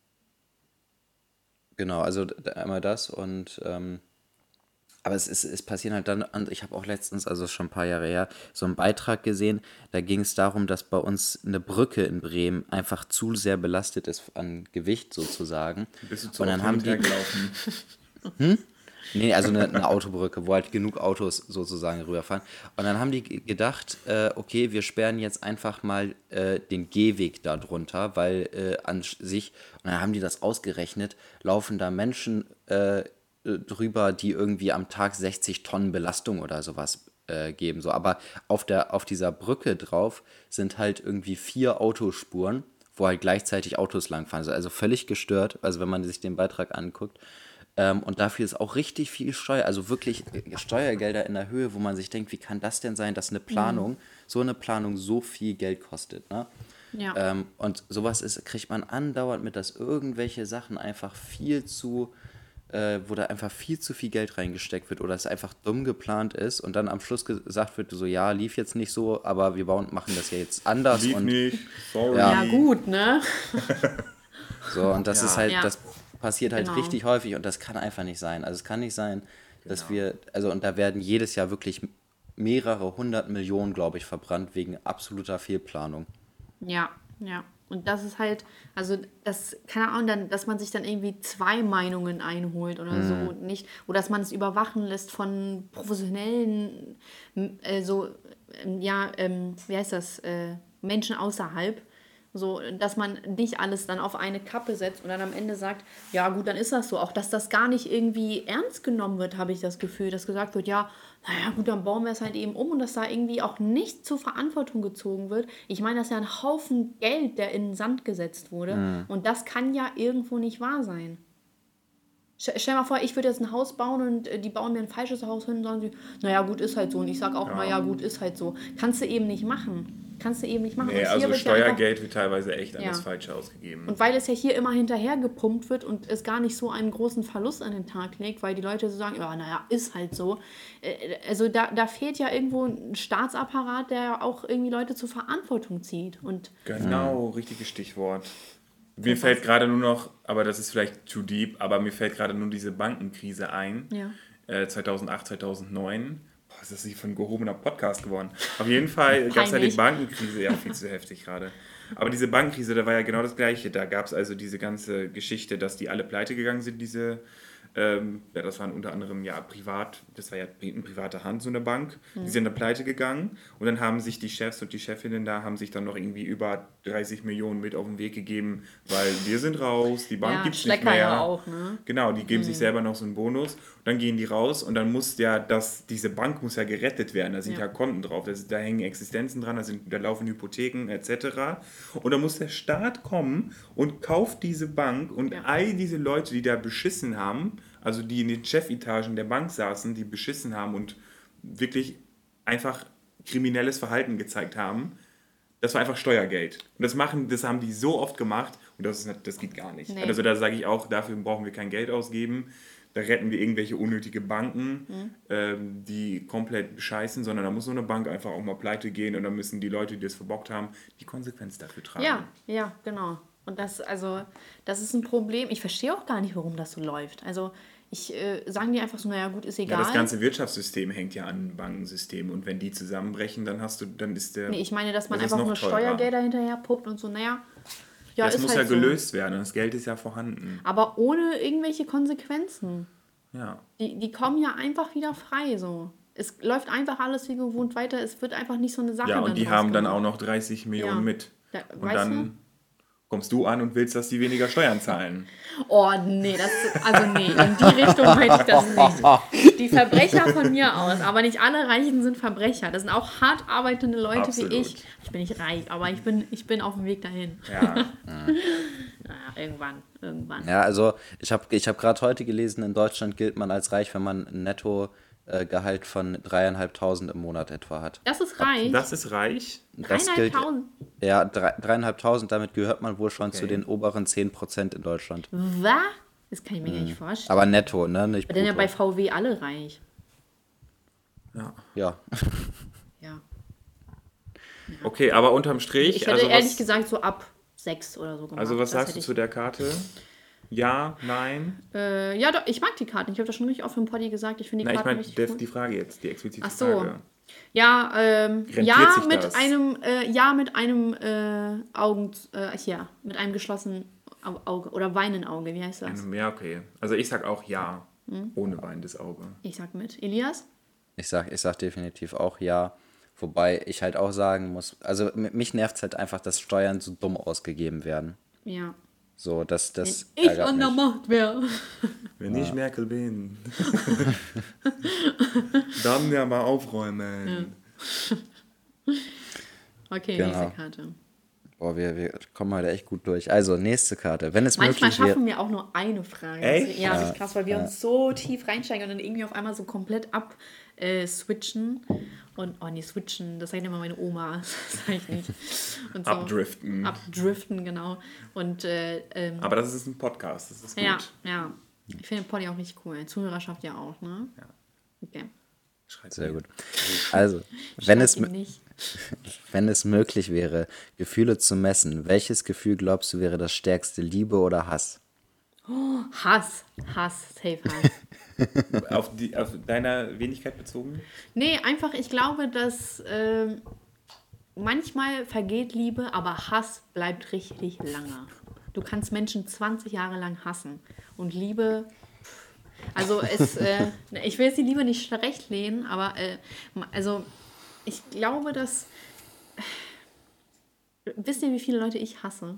genau, also d- einmal das und ähm, aber es ist, es passieren halt dann, und ich habe auch letztens, also schon ein paar Jahre her, so einen Beitrag gesehen, da ging es darum, dass bei uns eine Brücke in Bremen einfach zu sehr belastet ist an Gewicht sozusagen. Bist du zu Und dann oft haben hin und die, her gelaufen? nee, also eine, eine Autobrücke, wo halt genug Autos sozusagen rüberfahren. Und dann haben die g- gedacht, äh, okay, wir sperren jetzt einfach mal äh, den Gehweg da drunter, weil äh, an sch- sich, und dann haben die das ausgerechnet, laufen da Menschen äh, äh, drüber, die irgendwie am Tag sechzig Tonnen Belastung oder sowas äh, geben. So. Aber auf der, auf dieser Brücke drauf sind halt irgendwie vier Autospuren, wo halt gleichzeitig Autos langfahren. Also also völlig gestört, also wenn man sich den Beitrag anguckt. Ähm, und dafür ist auch richtig viel Steuer, also wirklich äh, Steuergelder in der Höhe, wo man sich denkt, wie kann das denn sein, dass eine Planung, so eine Planung so viel Geld kostet, ne? Ja. Ähm, und sowas ist, kriegt man andauernd mit, dass irgendwelche Sachen einfach viel zu, äh, wo da einfach viel zu viel Geld reingesteckt wird oder es einfach dumm geplant ist und dann am Schluss gesagt wird, so ja, lief jetzt nicht so, aber wir bauen, machen das ja jetzt anders Lief und nicht, sorry. Ja, gut, ne? so, und das Ja. ist halt, Ja. das passiert halt Genau. richtig häufig und das kann einfach nicht sein. Also es kann nicht sein, dass Genau. wir, also und da werden jedes Jahr wirklich mehrere hundert Millionen, glaube ich, verbrannt wegen absoluter Fehlplanung. Ja, ja. Und das ist halt, also das, keine Ahnung, dann, dass man sich dann irgendwie zwei Meinungen einholt oder so nicht, oder dass man es überwachen lässt von professionellen, m- äh, so, ähm, ja, ähm, wie heißt das, äh, Menschen außerhalb. So, dass man nicht alles dann auf eine Kappe setzt und dann am Ende sagt, ja gut, dann ist das so. Auch dass das gar nicht irgendwie ernst genommen wird, habe ich das Gefühl, dass gesagt wird, ja, naja gut, dann bauen wir es halt eben um und dass da irgendwie auch nicht zur Verantwortung gezogen wird. Ich meine, das ist ja ein Haufen Geld, der in den Sand gesetzt wurde und das kann ja irgendwo nicht wahr sein. St- Stell dir mal vor, ich würde jetzt ein Haus bauen und äh, die bauen mir ein falsches Haus hin und sagen sie, naja, gut, ist halt so. Und ich sage auch, naja, gut, ist halt so. Kannst du eben nicht machen. Kannst du eben nicht machen. Nee, und hier also wird ja einfach, Steuergeld wird teilweise echt an Ja. das Falsche ausgegeben. und weil es ja hier immer hinterher gepumpt wird und es gar nicht so einen großen Verlust an den Tag legt, weil die Leute so sagen, ja, naja, ist halt so. Äh, Also da, da fehlt ja irgendwo ein Staatsapparat, der auch irgendwie Leute zur Verantwortung zieht. Und Genau, richtiges Stichwort. Mir fällt gerade nur noch, aber das ist vielleicht too deep, aber mir fällt gerade nur diese Bankenkrise ein. Ja. Äh, zweitausendacht, zweitausendneun. Boah, ist das hier von gehobener Podcast geworden. Auf jeden Fall gab es ja die Peinlich. Bankenkrise, ja, viel zu heftig gerade. Aber diese Bankenkrise, da war ja genau das Gleiche. Da gab es also diese ganze Geschichte, dass die alle pleite gegangen sind, diese, ähm, ja, das waren unter anderem ja privat, das war ja in privater Hand so eine Bank. Die sind da pleite gegangen und dann haben sich die Chefs und die Chefinnen da, haben sich dann noch irgendwie über dreißig Millionen mit auf den Weg gegeben, weil wir sind raus, die Bank ja, gibt's nicht Schlecker mehr. ja auch, ne? Genau, die geben sich selber noch so einen Bonus und dann gehen die raus und dann muss ja das, diese Bank muss ja gerettet werden, da sind ja, Ja. Konten drauf, da, sind, da hängen Existenzen dran, da, sind, da laufen Hypotheken et cetera. Und dann muss der Staat kommen und kauft diese Bank und Ja. all diese Leute, die da beschissen haben, also die in den Chefetagen der Bank saßen, die beschissen haben und wirklich einfach kriminelles Verhalten gezeigt haben, das war einfach Steuergeld. Und das machen, das haben die so oft gemacht und das, ist, das geht gar nicht. Nee. Also da sage ich auch, dafür brauchen wir kein Geld ausgeben. da retten wir irgendwelche unnötige Banken, Mhm. ähm, die komplett bescheißen, sondern da muss so eine Bank einfach auch mal pleite gehen und dann müssen die Leute, die das verbockt haben, die Konsequenz dafür tragen. Ja, ja, genau. Und das, also, das ist ein Problem. Ich verstehe auch gar nicht, warum das so läuft. Also, ich äh, sagen die einfach so, naja, gut, ist Ja, egal. das ganze Wirtschaftssystem hängt ja an Bankensystemen und wenn die zusammenbrechen, dann hast du, dann ist der. Nee, ich meine, dass man das ist einfach noch nur teurer. Steuergelder hinterher puppt und so, naja, ja, Das ist muss halt ja so. gelöst werden und das Geld ist ja vorhanden. Aber ohne irgendwelche Konsequenzen. Ja. Die, die kommen ja einfach wieder frei, so. Es läuft einfach alles wie gewohnt weiter, es wird einfach nicht so eine Sache Ja, und dann die draus haben dann gemacht. auch noch dreißig Millionen Ja. mit. Da, Und weißt dann kommst du an und willst, dass die weniger Steuern zahlen. du? Oh, nee, das, also nee, in die Richtung möchte ich das nicht. Die Verbrecher von mir aus, aber nicht alle Reichen sind Verbrecher. Das sind auch hart arbeitende Leute Absolut. wie ich. Ich bin nicht reich, aber ich bin, ich bin auf dem Weg dahin. Ja. Naja, irgendwann, irgendwann. Ja, also ich habe ich hab gerade heute gelesen, in Deutschland gilt man als reich, wenn man ein Nettogehalt von dreieinhalbtausend im Monat etwa hat. Das ist reich. Das ist reich. Das gilt, Dreieinhalbtausend. ja, drei, dreieinhalbtausend, damit gehört man wohl schon zu Okay. den oberen zehn Prozent in Deutschland. Was? Das kann ich mir gar nicht vorstellen. Aber netto, ne, nicht Aber dann ja bei brutto. V W alle reich. Ja. Ja, Ja. Okay, aber unterm Strich. Ich hätte also ehrlich was, gesagt so ab sechs oder so gemacht. Also was Das sagst du hätte zu der Karte? Ja, nein? ich, äh, Ja, doch, ich mag die Karten. Ich habe das schon richtig oft im Poddy gesagt. Ich finde die Na, ich Karten meine, richtig cool. die Frage jetzt, die explizite Ach so. Frage. Ja, ähm, Rentiert ja sich mit das? einem, äh, ja mit einem äh, Augen, äh, ja, mit einem geschlossenen Au- Auge oder weinenden Auge. Wie heißt das? Eine- Ja, okay. Also ich sag auch ja. Hm? Ohne weinendes Auge. Ich sag mit. Elias? ich sag, ich sag definitiv auch ja. Wobei ich halt auch sagen muss, also m- mich nervt es halt einfach, dass Steuern so dumm ausgegeben werden. Ja. So, das, das Wenn ich ärgert an der mich. Macht wäre. Wenn ich Merkel bin, dann ja mal aufräumen. Okay, Genau. nächste Karte. Boah, wir, wir kommen heute echt gut durch. Also, nächste Karte. Wenn es Manchmal möglich wäre. schaffen wir auch nur eine Frage. Echt? Ja, das ist krass, weil wir uns so tief reinsteigen und dann irgendwie auf einmal so komplett ab äh, switchen. Und, oh nee, switchen, das sagt immer meine Oma. Das sag ich nicht. Und so. Abdriften. Abdriften, genau. Und äh, ähm, Aber das ist ein Podcast, das ist gut. ja, ja. Ich finde Poddy auch richtig cool. Zuhörerschaft ja auch, ne? Ja. Okay. Schreibt Sehr mir. gut. Also, wenn es, Schreibt mö- ihm nicht. wenn es möglich wäre, Gefühle zu messen, welches Gefühl glaubst du wäre das stärkste, Liebe oder Hass? Hass. Hass. Safe Hass. Auf, die, auf deiner Wenigkeit bezogen? Nee, einfach, ich glaube, dass ähm, manchmal vergeht Liebe, aber Hass bleibt richtig lange. Du kannst Menschen zwanzig Jahre lang hassen. Und Liebe, pff, also es, äh, ich will jetzt die Liebe nicht schlecht lehnen, aber äh, also ich glaube, dass, wisst ihr, wie viele Leute ich hasse?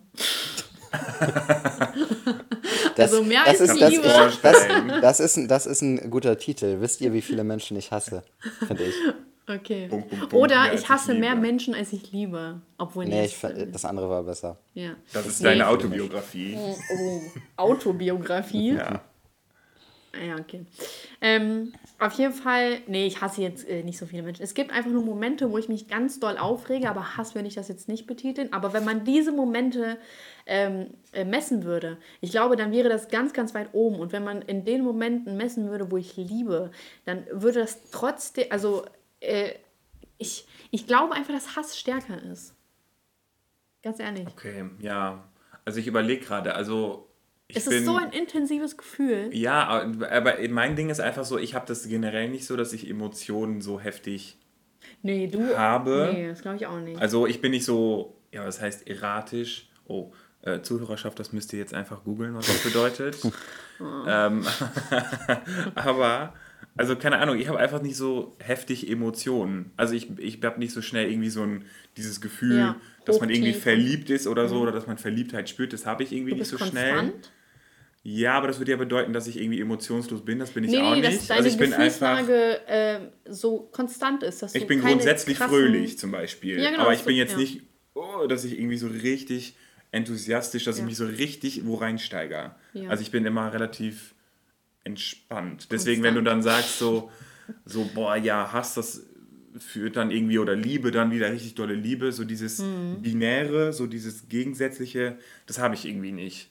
Das, Also mehr das als ist, das, Liebe. ist, das, das, ist ein, das ist ein guter Titel. Wisst ihr, wie viele Menschen ich hasse? Finde ich. Okay. Punkt, Punkt, Punkt, Oder mehr als ich hasse ich mehr liebe. Menschen, als ich liebe. Obwohl Nee, nee, ich, fa- das andere war besser. ja. Das ist Nee. deine Autobiografie. Oh, Autobiografie. Ja. Ja, okay. Ähm, auf jeden Fall, nee, ich hasse jetzt äh, nicht so viele Menschen. Es gibt einfach nur Momente, wo ich mich ganz doll aufrege, aber Hass würde ich das jetzt nicht betiteln. Aber wenn man diese Momente ähm, äh, messen würde, ich glaube, dann wäre das ganz, ganz weit oben. Und wenn man in den Momenten messen würde, wo ich liebe, dann würde das trotzdem, also äh, ich, ich glaube einfach, dass Hass stärker ist. Ganz ehrlich. Okay, ja. Also ich überlege gerade, also ich Es bin... ist so ein intensives Gefühl. Ja, aber mein Ding ist einfach so, ich habe das generell nicht so, dass ich Emotionen so heftig Nee, du. habe. Nee, das glaube ich auch nicht. Also ich bin nicht so, ja, was heißt erratisch? Oh, äh, Zuhörerschaft, das müsst ihr jetzt einfach googeln, was das bedeutet. ähm, aber, also keine Ahnung, ich habe einfach nicht so heftig Emotionen. Also ich, ich habe nicht so schnell irgendwie so ein, dieses Gefühl, Ja, dass man irgendwie hochtief. verliebt ist oder so, oder dass man Verliebtheit spürt, das habe ich irgendwie Du nicht bist so schnell. konstant? Ja, aber das würde ja bedeuten, dass ich irgendwie emotionslos bin. Das bin ich Nee, auch nee, nicht. dass deine Also ich bin einfach, Gefühlslage äh, so konstant ist. Dass ich du bin keine grundsätzlich krassen- fröhlich zum Beispiel. Ja, genau, aber das ich bin ist- jetzt ja. nicht, oh, dass ich irgendwie so richtig enthusiastisch, dass Ja. ich mich so richtig wo reinsteige. Ja. Also ich bin immer relativ entspannt. Deswegen, wenn du dann sagst so, so boah, ja, Hass, das führt dann irgendwie, oder Liebe dann wieder richtig dolle Liebe, so dieses Mhm. Binäre, so dieses Gegensätzliche, das habe ich irgendwie nicht.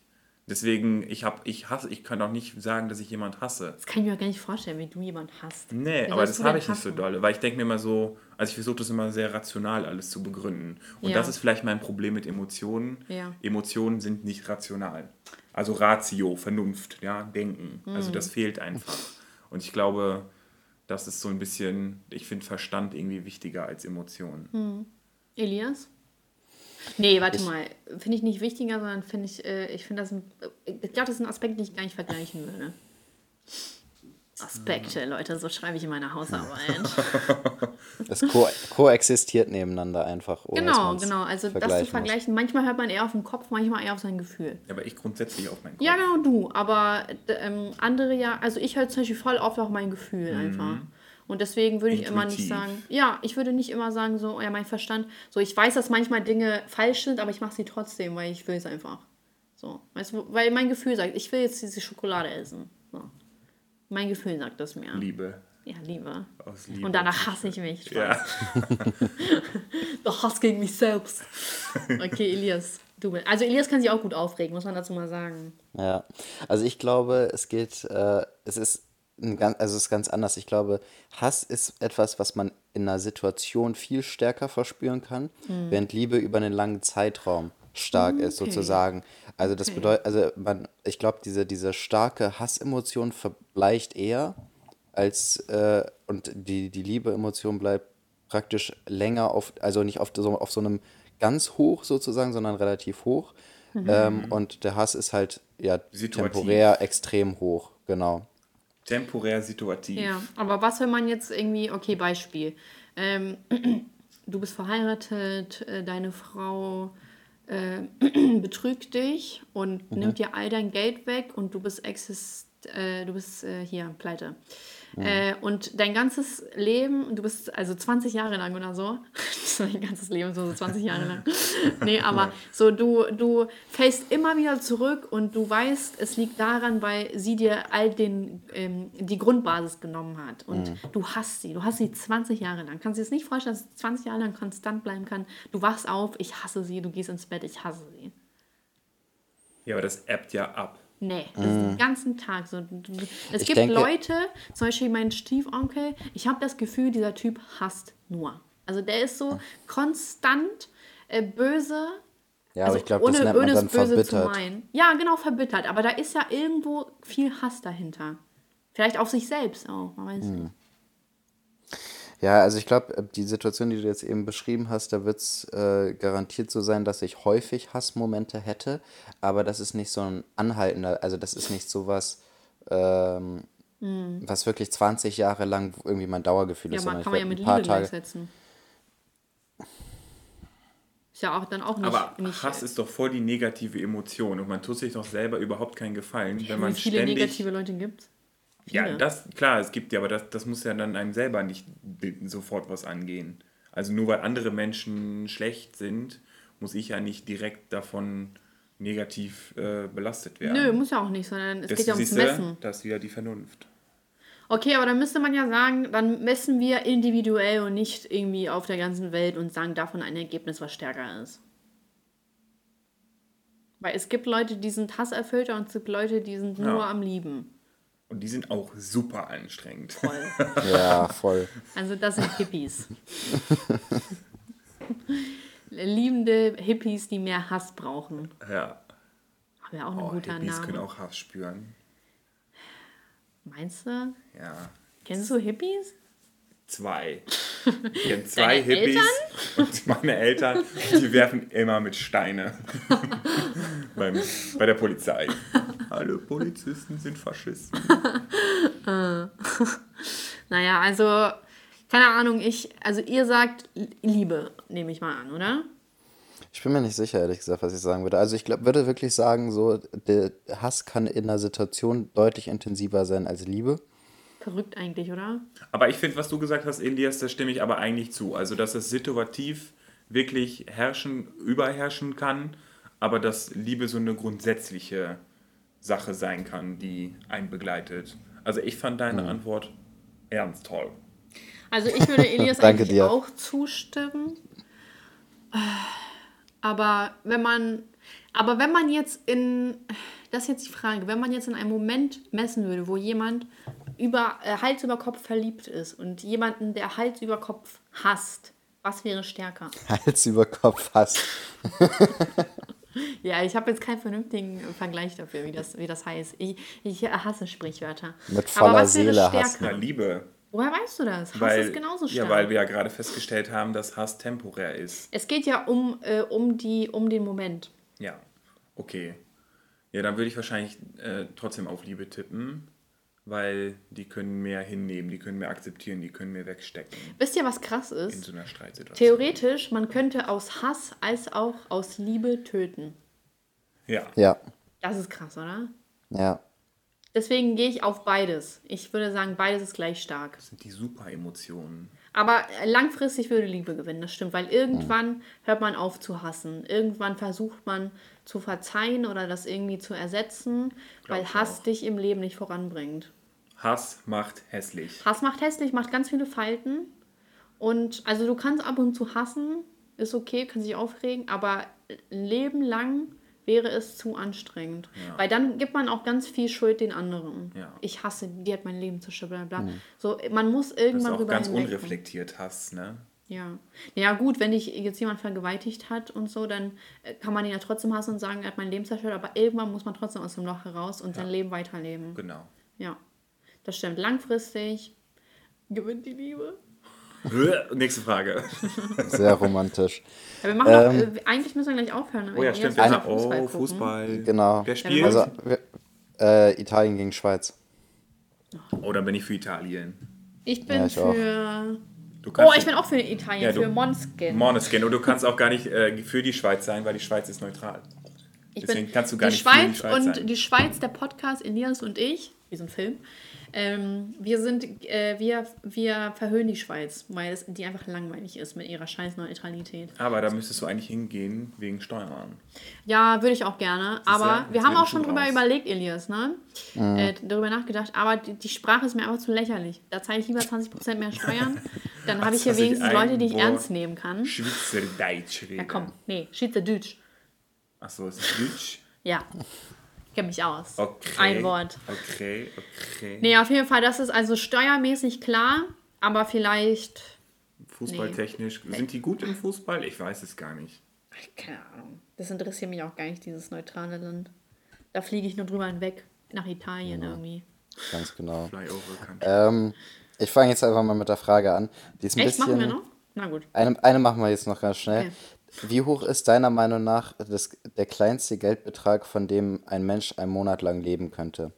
Deswegen, ich habe, ich hasse, ich kann auch nicht sagen, dass ich jemand hasse. Das kann ich mir gar nicht vorstellen, wie du jemanden hasst. Nee, Wie aber sollst das du habe denn ich nicht so hassen? dolle, weil ich denke mir immer so, also ich versuche das immer sehr rational alles zu begründen. Und Ja. das ist vielleicht mein Problem mit Emotionen. Ja. Emotionen sind nicht rational. Also Ratio, Vernunft, ja, Denken. Also Mhm. das fehlt einfach. Und ich glaube, das ist so ein bisschen, ich finde Verstand irgendwie wichtiger als Emotionen. Elias? Nee, warte Ich, mal. Finde ich nicht wichtiger, sondern finde ich, äh, ich finde das ein, äh, ich glaube, das ist ein Aspekt, den ich gar nicht vergleichen würde. Aspekte, Leute, so schreibe ich in meiner Hausarbeit. es ko koexistiert nebeneinander einfach, ohne dass man Genau, es genau. Also das zu vergleichen muss. vergleichen, manchmal hört man eher auf den Kopf, manchmal eher auf sein Gefühl. Aber ich grundsätzlich auf meinen Kopf. Ja, genau, du. Aber d- ähm, andere ja, also ich höre zum Beispiel voll oft auf mein Gefühl einfach. Und deswegen würde ich immer nicht Intuitiv. sagen, ja, ich würde nicht immer sagen, so, ja, mein Verstand, so, ich weiß, dass manchmal Dinge falsch sind, aber ich mache sie trotzdem, weil ich will es einfach. So, weißt du, weil mein Gefühl sagt, ich will jetzt diese Schokolade essen. So. Mein Gefühl sagt das mir. Liebe. Ja, Liebe. Aus Liebe. Und danach hasse ich mich. Ja. Doch Hass gegen mich selbst. Okay, Elias. Du, also Elias kann sich auch gut aufregen, muss man dazu mal sagen. Ja, also ich glaube, es geht, äh, es ist ein ganz, also es ist ganz anders. Ich glaube, Hass ist etwas, was man in einer Situation viel stärker verspüren kann, während Liebe über einen langen Zeitraum stark ist, Okay. sozusagen. Also das Okay. bedeutet, also man, ich glaube, diese, diese starke Hassemotion verbleicht eher als äh, und die, die Liebe-Emotion bleibt praktisch länger auf, also nicht auf so, auf so einem ganz hoch sozusagen, sondern relativ hoch. Ähm, und der Hass ist halt ja Situativ. temporär extrem hoch, genau. Temporär situativ. Ja, aber was, wenn man jetzt irgendwie, okay, Beispiel. Ähm, du bist verheiratet, äh, deine Frau äh, betrügt dich und nimmt dir all dein Geld weg und du bist exist, äh, du bist äh, hier, pleite. Äh, und dein ganzes Leben, du bist also zwanzig Jahre lang oder so, dein ganzes Leben so, so zwanzig Jahre lang. Nee, aber so du, du fällst immer wieder zurück und du weißt, es liegt daran, weil sie dir all den, ähm, die Grundbasis genommen hat. Und du hasst sie, du hast sie zwanzig Jahre lang. Kannst du dir das nicht vorstellen, dass es zwanzig Jahre lang konstant bleiben kann? Du wachst auf, ich hasse sie, du gehst ins Bett, ich hasse sie. Ja, aber das ebbt ja ab. Nee, das ist den ganzen Tag so. Du- du- Es Ich gibt denke- Leute, zum Beispiel mein Stiefonkel, ich habe das Gefühl, dieser Typ hasst nur. Also der ist so konstant äh, böse, Ja, also aber ich glaube, das ohne nennt man böses dann Böse zu verbittert. meinen. Ja, genau, verbittert. Aber da ist ja irgendwo viel Hass dahinter. Vielleicht auf sich selbst auch, man weiß nicht. Ja, also ich glaube, die Situation, die du jetzt eben beschrieben hast, da wird es äh, garantiert so sein, dass ich häufig Hassmomente hätte, aber das ist nicht so ein anhaltender, also das ist nicht so was, ähm, was wirklich zwanzig Jahre lang irgendwie mein Dauergefühl Ja, ist, man sondern ich kann man ja werde mit ein paar Liebe Tage. gleichsetzen. Ist ja auch dann auch nicht. Aber nicht Hass ist doch voll die negative Emotion und man tut sich doch selber überhaupt keinen Gefallen, wenn wie man viele ständig... negative Leute gibt. Ja, Viele. das, klar, es gibt ja, aber das, das muss ja dann einem selber nicht sofort was angehen. Also nur weil andere Menschen schlecht sind, muss ich ja nicht direkt davon negativ äh, belastet werden. Nö, muss ja auch nicht, sondern es Das, geht ja ums siehste, Messen. das ist wieder die Vernunft. Okay, aber dann müsste man ja sagen, dann messen wir individuell und nicht irgendwie auf der ganzen Welt und sagen davon ein Ergebnis, was stärker ist. Weil es gibt Leute, die sind hasserfüllter und es gibt Leute, die sind nur Ja. am Lieben. Und die sind auch super anstrengend. Voll. Ja, voll. Also das sind Hippies. Liebende Hippies, die mehr Hass brauchen. Ja. Wäre auch ein Oh, guter Hippies Name. können auch Hass spüren. Meinst du? Ja. Kennst du Hippies? Zwei. Ich kenne zwei Deine Hippies und meine Eltern, die werfen immer mit Steine. Beim, bei der Polizei. Alle Polizisten sind Faschisten. Naja, also, keine Ahnung, ich, also ihr sagt Liebe, nehme ich mal an, oder? Ich bin mir nicht sicher, ehrlich gesagt, was ich sagen würde. Also ich glaub, würde wirklich sagen, so, der Hass kann in einer Situation deutlich intensiver sein als Liebe. Verrückt eigentlich, oder? Aber ich finde, was du gesagt hast, Elias, da stimme ich aber eigentlich zu. Also, dass es situativ wirklich herrschen, überherrschen kann, aber dass Liebe so eine grundsätzliche Sache sein kann, die einen begleitet. Also, ich fand deine Antwort ernst toll. Also ich würde Elias Danke eigentlich dir. auch zustimmen. Aber wenn man, Aber wenn man jetzt in, das ist jetzt die Frage, wenn man jetzt in einem Moment messen würde, wo jemand über äh, Hals über Kopf verliebt ist und jemanden, der Hals über Kopf hasst, was wäre stärker? Hals über Kopf hast. Ja, ich habe jetzt keinen vernünftigen Vergleich dafür, wie das, wie das heißt. Ich, ich hasse Sprichwörter. Mit Aber voller was wäre Seele stärker? hassen. Ja, Liebe. Woher weißt du das? Hass Weil, ist genauso ja, stark. weil wir ja gerade festgestellt haben, dass Hass temporär ist. Es geht ja um, äh, um, die, um den Moment. Ja, okay. Ja, dann würde ich wahrscheinlich äh, trotzdem auf Liebe tippen, weil die können mehr hinnehmen, die können mehr akzeptieren, die können mehr wegstecken Wisst ihr, was krass in ist? so einer Streitsituation. Theoretisch, man könnte aus Hass als auch aus Liebe töten. Ja. Ja, Das ist krass, oder? ja. Deswegen gehe ich auf beides. Ich würde sagen, beides ist gleich stark. Das sind die Super-Emotionen. Aber langfristig würde Liebe gewinnen, das stimmt. Weil irgendwann hört man auf zu hassen. Irgendwann versucht man zu verzeihen oder das irgendwie zu ersetzen, weil ich Hass auch. dich im Leben nicht voranbringt. Hass macht hässlich. Hass macht hässlich, macht ganz viele Falten. Und also du kannst ab und zu hassen, ist okay, kannst dich aufregen, aber ein Leben lang wäre es zu anstrengend. Ja. Weil dann gibt man auch ganz viel Schuld den anderen. Ja. Ich hasse, die hat mein Leben zerstört, bla bla. So, man muss Das ist irgendwann auch drüber ganz hinwegkommen. unreflektiert Hass, ne? Ja. Ja gut, wenn dich jetzt jemand vergewaltigt hat und so, dann äh, kann man ihn ja trotzdem hassen und sagen, er hat mein Leben zerstört, aber irgendwann muss man trotzdem aus dem Loch heraus und sein Leben weiterleben. Genau. Ja, das stimmt. Langfristig gewinnt die Liebe. Nächste Frage. Sehr romantisch. Ja, wir machen Ähm, doch, äh, eigentlich müssen wir gleich aufhören. Oh ja, Jetzt stimmt. müssen wir Ja, oh, gucken. Fußball. Genau. Wer spielt? Also, wir, äh, Italien gegen Schweiz. Oh, dann bin ich für Italien. Ich bin Ja, ich auch. für... Du Oh, kannst ich bin auch für Italien, Ja, du- für Måneskin. Måneskin. Und du kannst auch gar nicht äh, für die Schweiz sein, weil die Schweiz ist neutral. Ich Deswegen bin kannst du gar die nicht für die Schweiz Schweiz und sein. die Schweiz, der Podcast, Elias und ich, wie so ein Film, ähm, wir sind, äh, wir, wir verhöhnen die Schweiz, weil es, die einfach langweilig ist mit ihrer scheiß Neutralität. Aber da müsstest du eigentlich hingehen wegen Steuern. Ja, würde ich auch gerne. Siehst du, Aber jetzt wir wird haben ein auch schon Schuh drüber raus. überlegt, Elias, ne? Äh, darüber nachgedacht. Aber die, die Sprache ist mir einfach zu lächerlich. Da zahle ich lieber zwanzig Prozent mehr Steuern. Dann habe ich hier dass ich wenigstens ein Leute, die ich Wort ernst nehmen kann. Schweizerdeutsch reden. Ja, komm. Nee, Schweizerdeutsch. Achso, ist es Deutsch? Ja. Kenne mich aus. Okay. Ein Wort. Okay, okay. Nee, auf jeden Fall, das ist also steuermäßig klar, aber vielleicht, Fußballtechnisch. Sind die gut im Fußball? Ich weiß es gar nicht. keine Ahnung. Das interessiert mich auch gar nicht, dieses neutrale Land. Da fliege ich nur drüber hinweg, nach Italien irgendwie. Ganz genau. Flyover Country. Ähm, ich fange jetzt einfach mal mit der Frage an. Die ist ein Echt, bisschen, machen wir noch? Na gut. Eine, eine machen wir jetzt noch ganz schnell. Okay. Wie hoch ist deiner Meinung nach das, der kleinste Geldbetrag, von dem ein Mensch einen Monat lang leben könnte?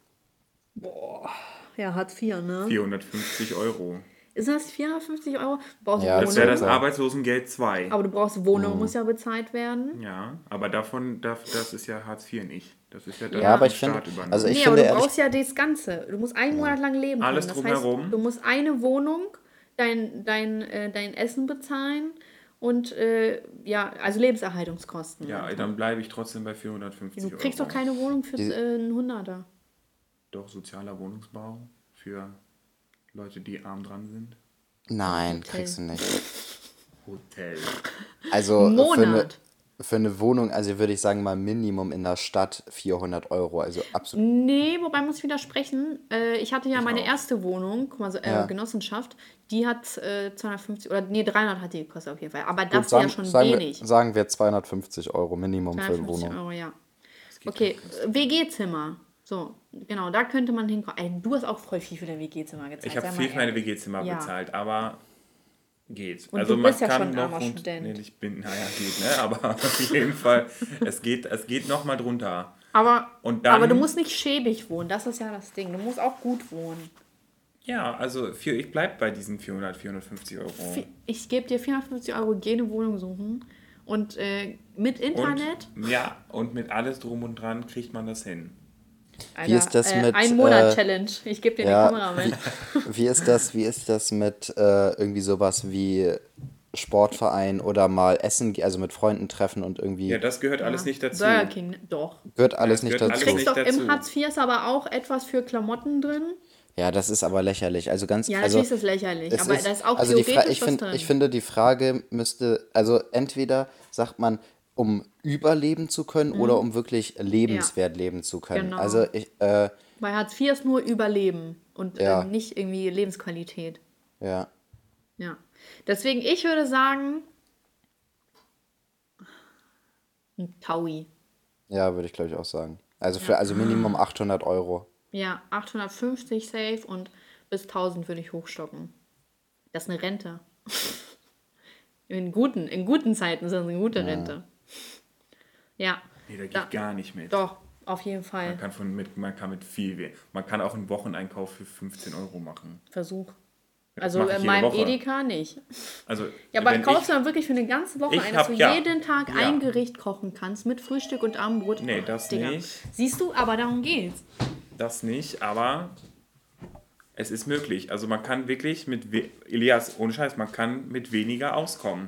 Ja, Hartz vier, ne? vierhundertfünfzig Euro. Ist das vierhundertfünfzig Euro? Du brauchst Ja, Wohnung. Das wäre das so. Arbeitslosengeld zwei. Aber du brauchst Wohnung, muss ja bezahlt werden. Ja, aber davon, das, das ist ja Hartz vier nicht. Das ist ja, das Ja, aber vom ich finde, Staat übernommen. also ich Nee, aber finde du ehrlich, brauchst ja das Ganze. Du musst einen Monat lang leben Alles können. Das heißt, drumherum. du musst eine Wohnung, dein, dein, äh, dein Essen bezahlen und äh, ja, also Lebenserhaltungskosten. ja, dann bleibe ich trotzdem bei vierhundertfünfzig Du Euro. kriegst doch keine Wohnung für Die- äh, einen Hunderter. Doch, sozialer Wohnungsbau für Leute, die arm dran sind. nein, Hotel. kriegst du nicht. Hotel. Also für eine, Monat. für eine Wohnung, also würde ich sagen mal Minimum in der Stadt vierhundert Euro, also absolut. Nee, wobei muss ich widersprechen. Äh, ich hatte ja Ich meine auch. erste Wohnung, guck mal, so, äh, Ja. Genossenschaft, die hat äh, zweihundertfünfzig, oder nee, dreihundert hat die gekostet auf jeden Fall. Aber Gut, das ist sagen, ja schon sagen, wenig. wir, sagen wir zweihundertfünfzig Euro Minimum für eine zweihundertfünfzig Wohnung. Euro, ja. geht Okay, doch W G-Zimmer. So, genau, da könnte man hinkommen. Ey, du hast auch voll viel für dein W G-Zimmer gezahlt. Ich habe sei mal viel für meine ehrlich. W G-Zimmer Ja. bezahlt, aber geht. Und also du man bist ja kann schon ein noch armer rund- Student. Nee, ich bin, naja, geht, ne? Aber auf jeden Fall, es geht, es geht noch mal drunter. Aber, Und dann- aber du musst nicht schäbig wohnen, das ist ja das Ding. Du musst auch gut wohnen. Ja, also für, ich bleib bei diesen vierhundert, vierhundertfünfzig Euro. Ich gebe dir vierhundertfünfzig Euro, geh eine Wohnung suchen und äh, mit Internet. Und, ja, und mit alles drum und dran kriegt man das hin. Wie ist das äh, mit, Ein Monat äh, Challenge. Ich gebe dir ja, eine Kamera mit. Wie ist das, wie ist das mit äh, irgendwie sowas wie Sportverein oder mal essen, ge- also mit Freunden treffen und irgendwie Ja, das gehört alles nicht dazu. Burger King, ne? Doch. gehört alles Ja, nicht gehört dazu. alles Kriegst doch nicht dazu. im Hartz vier ist aber auch etwas für Klamotten drin. Ja, das ist aber lächerlich. Also ganz, Ja, also natürlich ist das lächerlich, es aber da ist auch also die theoretisch Fra- ich, was find, drin. ich finde, die Frage müsste, also entweder sagt man, um überleben zu können oder um wirklich lebenswert leben zu können. Genau. Also ich, äh, Bei Hartz vier ist nur Überleben und Ja. äh, nicht irgendwie Lebensqualität. ja, Ja. Deswegen, ich würde sagen, ein Taui. ja, würde ich glaube ich auch sagen. Also für also Minimum achthundert Euro. Ja, achthundertfünfzig safe und bis tausend würde ich hochstocken. Das ist eine Rente. In guten, in guten Zeiten ist das eine gute Rente. Ja. Nee, da gehe Da- ich gar nicht mit. Doch, auf jeden Man Fall. kann, von mit, man kann mit viel weh. Man kann auch einen Wocheneinkauf für fünfzehn Euro machen. Versuch. Das Also mache ich in jede meinem Woche. Edeka nicht. Also, Ja, aber wenn kaufst ich, du dann wirklich für eine ganze Woche Ich ein, dass hab- du ja. jeden Tag Ja. ein Gericht kochen kannst mit Frühstück und Abendbrot? Nee, das Digga. nicht. Siehst du, aber darum geht's. Das nicht, aber es ist möglich. Also man kann wirklich mit, we- Elias, ohne Scheiß, man kann mit weniger auskommen.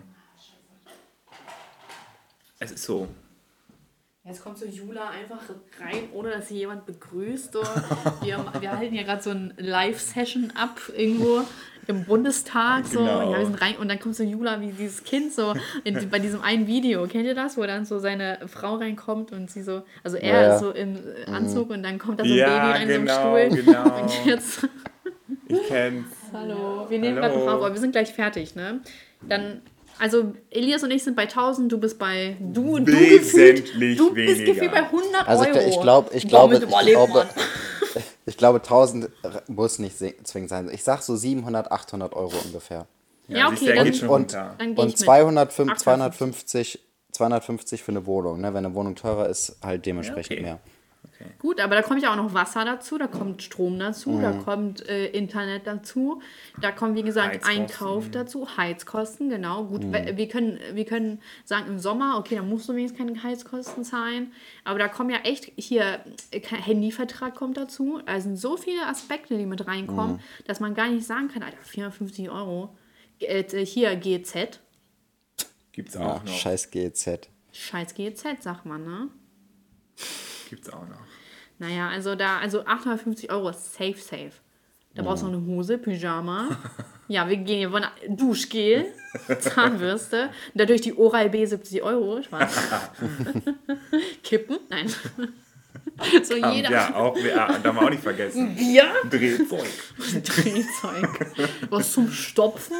Es ist so. Jetzt kommt so Jula einfach rein, ohne dass sie jemand begrüßt. So. Wir, wir halten hier gerade so eine Live-Session ab irgendwo im Bundestag. So. Genau. Ja, wir sind rein und dann kommt so Jula wie dieses Kind so in, die- bei diesem einen Video. Kennt ihr das? Wo dann so seine Frau reinkommt und sie so, also er Ja, ja. ist so im Anzug und dann kommt da so ein Ja, Baby rein genau, in so einen Stuhl. genau. Und jetzt, Ich kenn's. hallo, wir nehmen Hallo. gerade noch auf, aber wir sind gleich fertig, ne? Dann, also Elias und ich sind bei tausend, du bist bei, du, du Wesentlich gefühlt, du bist weniger. gefühlt bei hundert Also ich, Euro. ich glaube, ich Boah, glaube, mit ich Überleben, glaube, Mann. ich glaube tausend muss nicht se- zwingend sein. Ich sag so siebenhundert, achthundert Euro ungefähr. Ja, siehst okay, du, er dann- geht schon Und, runter. Dann geh und ich mit. zweihundertfünf, achthundertfünfzig. zweihundertfünfzig, zweihundertfünfzig für eine Wohnung. Ne? Wenn eine Wohnung teurer ist, halt dementsprechend Ja, okay. mehr. Gut, aber da kommt ja auch noch Wasser dazu, da kommt Strom dazu, da kommt äh, Internet dazu, da kommt, wie gesagt, Heizkosten. Einkauf dazu, Heizkosten, genau. Gut, wir, wir, können, wir können sagen im Sommer, okay, da musst du wenigstens keine Heizkosten zahlen, aber da kommen ja echt, hier, äh, kein Handyvertrag kommt dazu, da sind so viele Aspekte, die mit reinkommen, dass man gar nicht sagen kann, Alter, vierhundertfünfzig Euro, äh, hier G E Z, Gibt's Ja, auch noch. scheiß G E Z. scheiß G E Z, sagt man, ne? Gibt's auch noch. Naja, also da, also achthundertfünfzig Euro ist safe, safe. Da brauchst du noch eine Hose, Pyjama. Ja, wir gehen hier von Duschgel, Zahnbürste. Dadurch die Oral-B siebzig Euro. Spaß. Kippen? Nein. So Ah, jeder. ja, auch, ja, darf man auch nicht vergessen. Bier? Drehzeug. Drehzeug. Was zum Stopfen?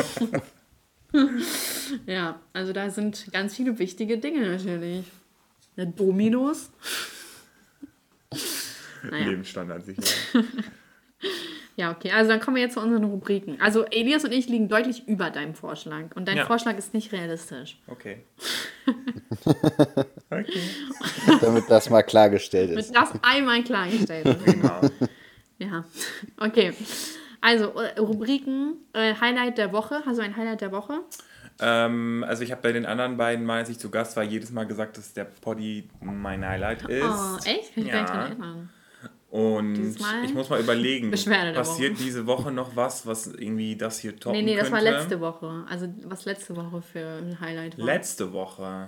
Ja, also da sind ganz viele wichtige Dinge natürlich. Der Dominos. Naja. Lebensstandard sicher. Ja, okay. Also dann kommen wir jetzt zu unseren Rubriken. Also Elias und ich liegen deutlich über deinem Vorschlag. Und dein Ja. Vorschlag ist nicht realistisch. Okay. Okay. Damit das mal klargestellt ist. Mit das einmal klargestellt ist. Genau. Ja. Okay. Also äh, Rubriken, äh, Highlight der Woche. Hast du ein Highlight der Woche? Ähm, also ich habe bei den anderen beiden Mal, als ich zu Gast war, jedes Mal gesagt, dass der Poddy mein Highlight ist. Oh, echt? Kann ich gar nicht dran Ja. erinnern. Und Dieses Mal? ich muss mal überlegen, Beschwerde der passiert Woche. diese Woche noch was, was irgendwie das hier toppen Nee, nee, das war könnte? letzte Woche. Also was letzte Woche für ein Highlight war. Letzte Woche.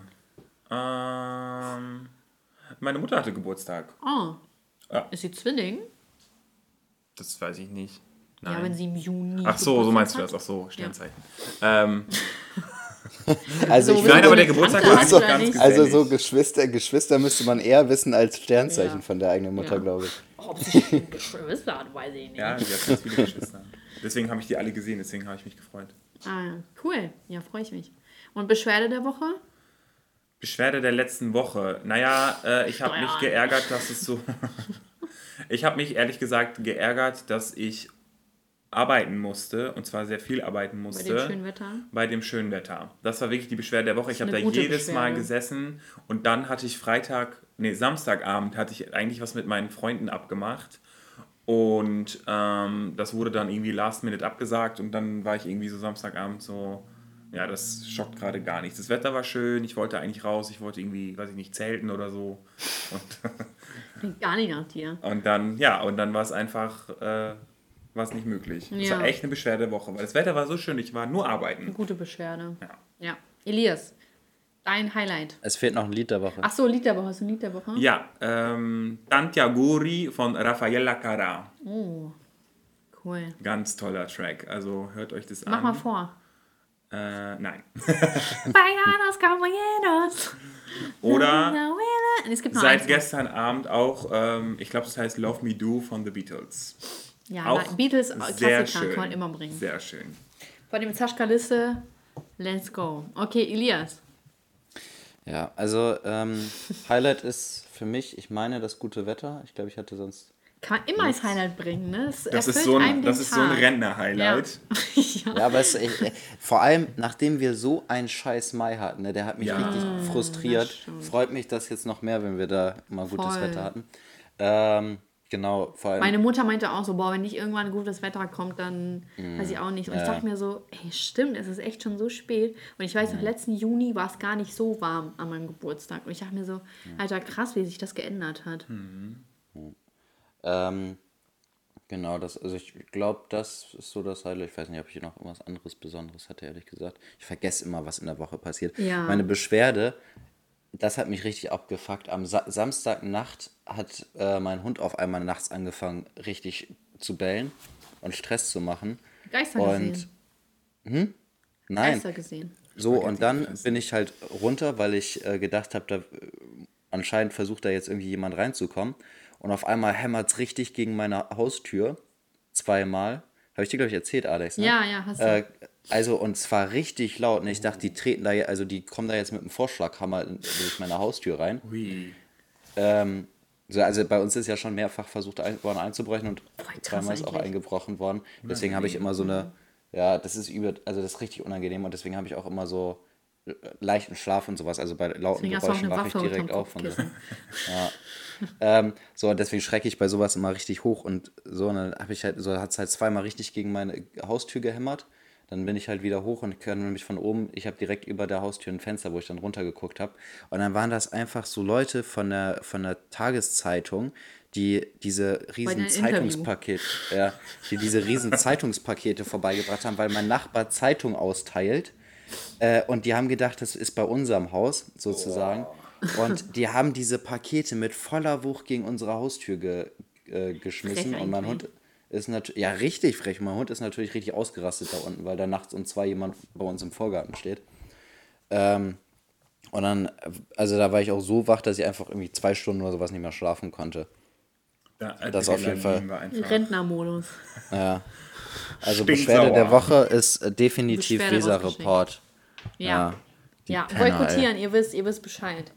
Ähm, meine Mutter hatte Geburtstag. Oh. Ja. Ist sie Zwilling? Das weiß ich nicht. Ja, Nein. wenn sie im Juni. Ach so, so Geburtstag meinst du hat. das. Ach so, Sternzeichen. Ähm, Also, So, ich wenn Nein, so aber eine der Geburtstag Tante war hat so oder ganz nicht? gesellig. also so Geschwister, Geschwister müsste man eher wissen als Sternzeichen Ja. von der eigenen Mutter, Ja. glaube ich. Ob sie schon Geschwister hat, weiß ich nicht. ja, die hat ganz viele Geschwister. Deswegen habe ich die alle gesehen, deswegen habe ich mich gefreut. Ah, cool. Ja, freue ich mich. Und Beschwerde der Woche? Beschwerde der letzten Woche. Naja, äh, ich habe mich Steuern. geärgert, dass es so... ich habe mich ehrlich gesagt geärgert, dass ich arbeiten musste, und zwar sehr viel arbeiten Bei musste. dem schönen Wetter? Bei dem schönen Wetter. Das war wirklich die Beschwerde der Woche. Ich habe da eine gute jedes Mal Beschwerde. gesessen und dann hatte ich Freitag, nee, Samstagabend hatte ich eigentlich was mit meinen Freunden abgemacht und ähm, das wurde dann irgendwie last minute abgesagt und dann war ich irgendwie so Samstagabend so, ja, das schockt gerade gar nichts. Das Wetter war schön, ich wollte eigentlich raus, ich wollte irgendwie, weiß ich nicht, zelten oder so und, Klingt gar nicht nach dir. und dann, ja, und dann war es einfach, äh, war es nicht möglich. Es Ja. war echt eine Beschwerde der Woche, weil das Wetter war so schön, ich war nur arbeiten. Eine gute Beschwerde. Ja. Ja. Elias, dein Highlight. Es fehlt noch ein Lied der Woche. Ach so, Lied der Woche. Hast du ein Lied der Woche? Ja, ähm, Tanti auguri von Raffaella Carrà. Oh, cool. Ganz toller Track. Also hört euch das an. Mach mal vor. Äh, nein. Bayanos, Caballeros. Oder Und es gibt noch seit eins. gestern Abend auch, ähm, ich glaube, es heißt Love Me Do von The Beatles. Ja, Auch na, Beatles, sehr Klassiker, schön. kann man immer bringen. Sehr schön. Von dem Zaschka-Liste, let's go. Okay, Elias. Ja, also ähm, Highlight ist für mich, ich meine, das gute Wetter. Ich glaube, ich hatte sonst... Kann man immer als Highlight bringen, ne? Es Das ist erfüllt so einem ein, den das ist so ein Tag. Rentner-Highlight. Ja. Ja, aber es, ich, äh, vor allem, nachdem wir so einen scheiß Mai hatten, ne, der hat mich Ja. richtig das frustriert. stimmt. Freut mich das jetzt noch mehr, wenn wir da mal gutes Voll. Wetter hatten. Ähm, genau, vor allem... Meine Mutter meinte auch so, boah, wenn nicht irgendwann gutes Wetter kommt, dann weiß ich auch nicht. Und ich Ja. dachte mir so, ey, stimmt, es ist echt schon so spät. Und ich weiß, noch letzten Juni war es gar nicht so warm an meinem Geburtstag. Und ich dachte mir so, Alter, krass, wie sich das geändert hat. Ähm, genau, das, also ich glaube, das ist so das Highlight. Ich weiß nicht, ob ich noch irgendwas anderes Besonderes hatte, ehrlich gesagt. Ich vergesse immer, was in der Woche passiert. Ja. Meine Beschwerde, das hat mich richtig abgefuckt. Am Sa Samstagnacht hat äh, mein Hund auf einmal nachts angefangen, richtig zu bellen und Stress zu machen. Geister Und gesehen. nein, Geister gesehen. so, und dann bin ich halt runter, weil ich äh, gedacht habe, da äh, anscheinend versucht da jetzt irgendwie jemand reinzukommen. Und auf einmal hämmert es richtig gegen meine Haustür. Zweimal. Habe ich dir, glaube ich, erzählt, Alex, ne? Ja, ja, hast du. Äh, also, und zwar richtig laut. Und ich dachte, die treten da, je- also die kommen da jetzt mit einem Vorschlaghammer in- durch meine Haustür rein. Hui. Ähm, so, also bei uns ist ja schon mehrfach versucht ein, worden einzubrechen und Voll krass zweimal ist auch eigentlich. eingebrochen worden. Deswegen habe ich immer so eine, ja, das ist über, also das ist richtig unangenehm und deswegen habe ich auch immer so äh, leichten Schlaf und sowas. Also bei lauten Deswegen hast du auch Geräuschen eine wache ich Waffe direkt unterm auf. Und so. Kopfkissen. Ähm, so, und deswegen schrecke ich bei sowas immer richtig hoch und so, und dann habe ich halt, so hat es halt zweimal richtig gegen meine Haustür gehämmert. Dann bin ich halt wieder hoch und kann nämlich von oben, ich habe direkt über der Haustür ein Fenster, wo ich dann runtergeguckt habe. Und dann waren das einfach so Leute von der, von der Tageszeitung, die diese riesen deinem Zeitungspakete, ja, die diese riesen Zeitungspakete vorbeigebracht haben, weil mein Nachbar Zeitung austeilt. Äh, und die haben gedacht, das ist bei unserem Haus sozusagen. Und die haben diese Pakete mit voller Wucht gegen unsere Haustür ge, äh, geschmissen. Frech Und mein eigentlich. Hund ist natürlich, ja, richtig frech. Mein Hund ist natürlich richtig ausgerastet da unten, weil da nachts um zwei jemand bei uns im Vorgarten steht. Ähm, und dann, also da war ich auch so wach, dass ich einfach irgendwie zwei Stunden oder sowas nicht mehr schlafen konnte. Da, Das auf jeden Fall. War einfach. Rentnermodus. Ja. Also Stinksauer. Beschwerde der Woche ist äh, definitiv Beschwerde Weser-Report. Ja. die Ja, Penner, boykottieren, ihr wisst, ihr wisst Bescheid.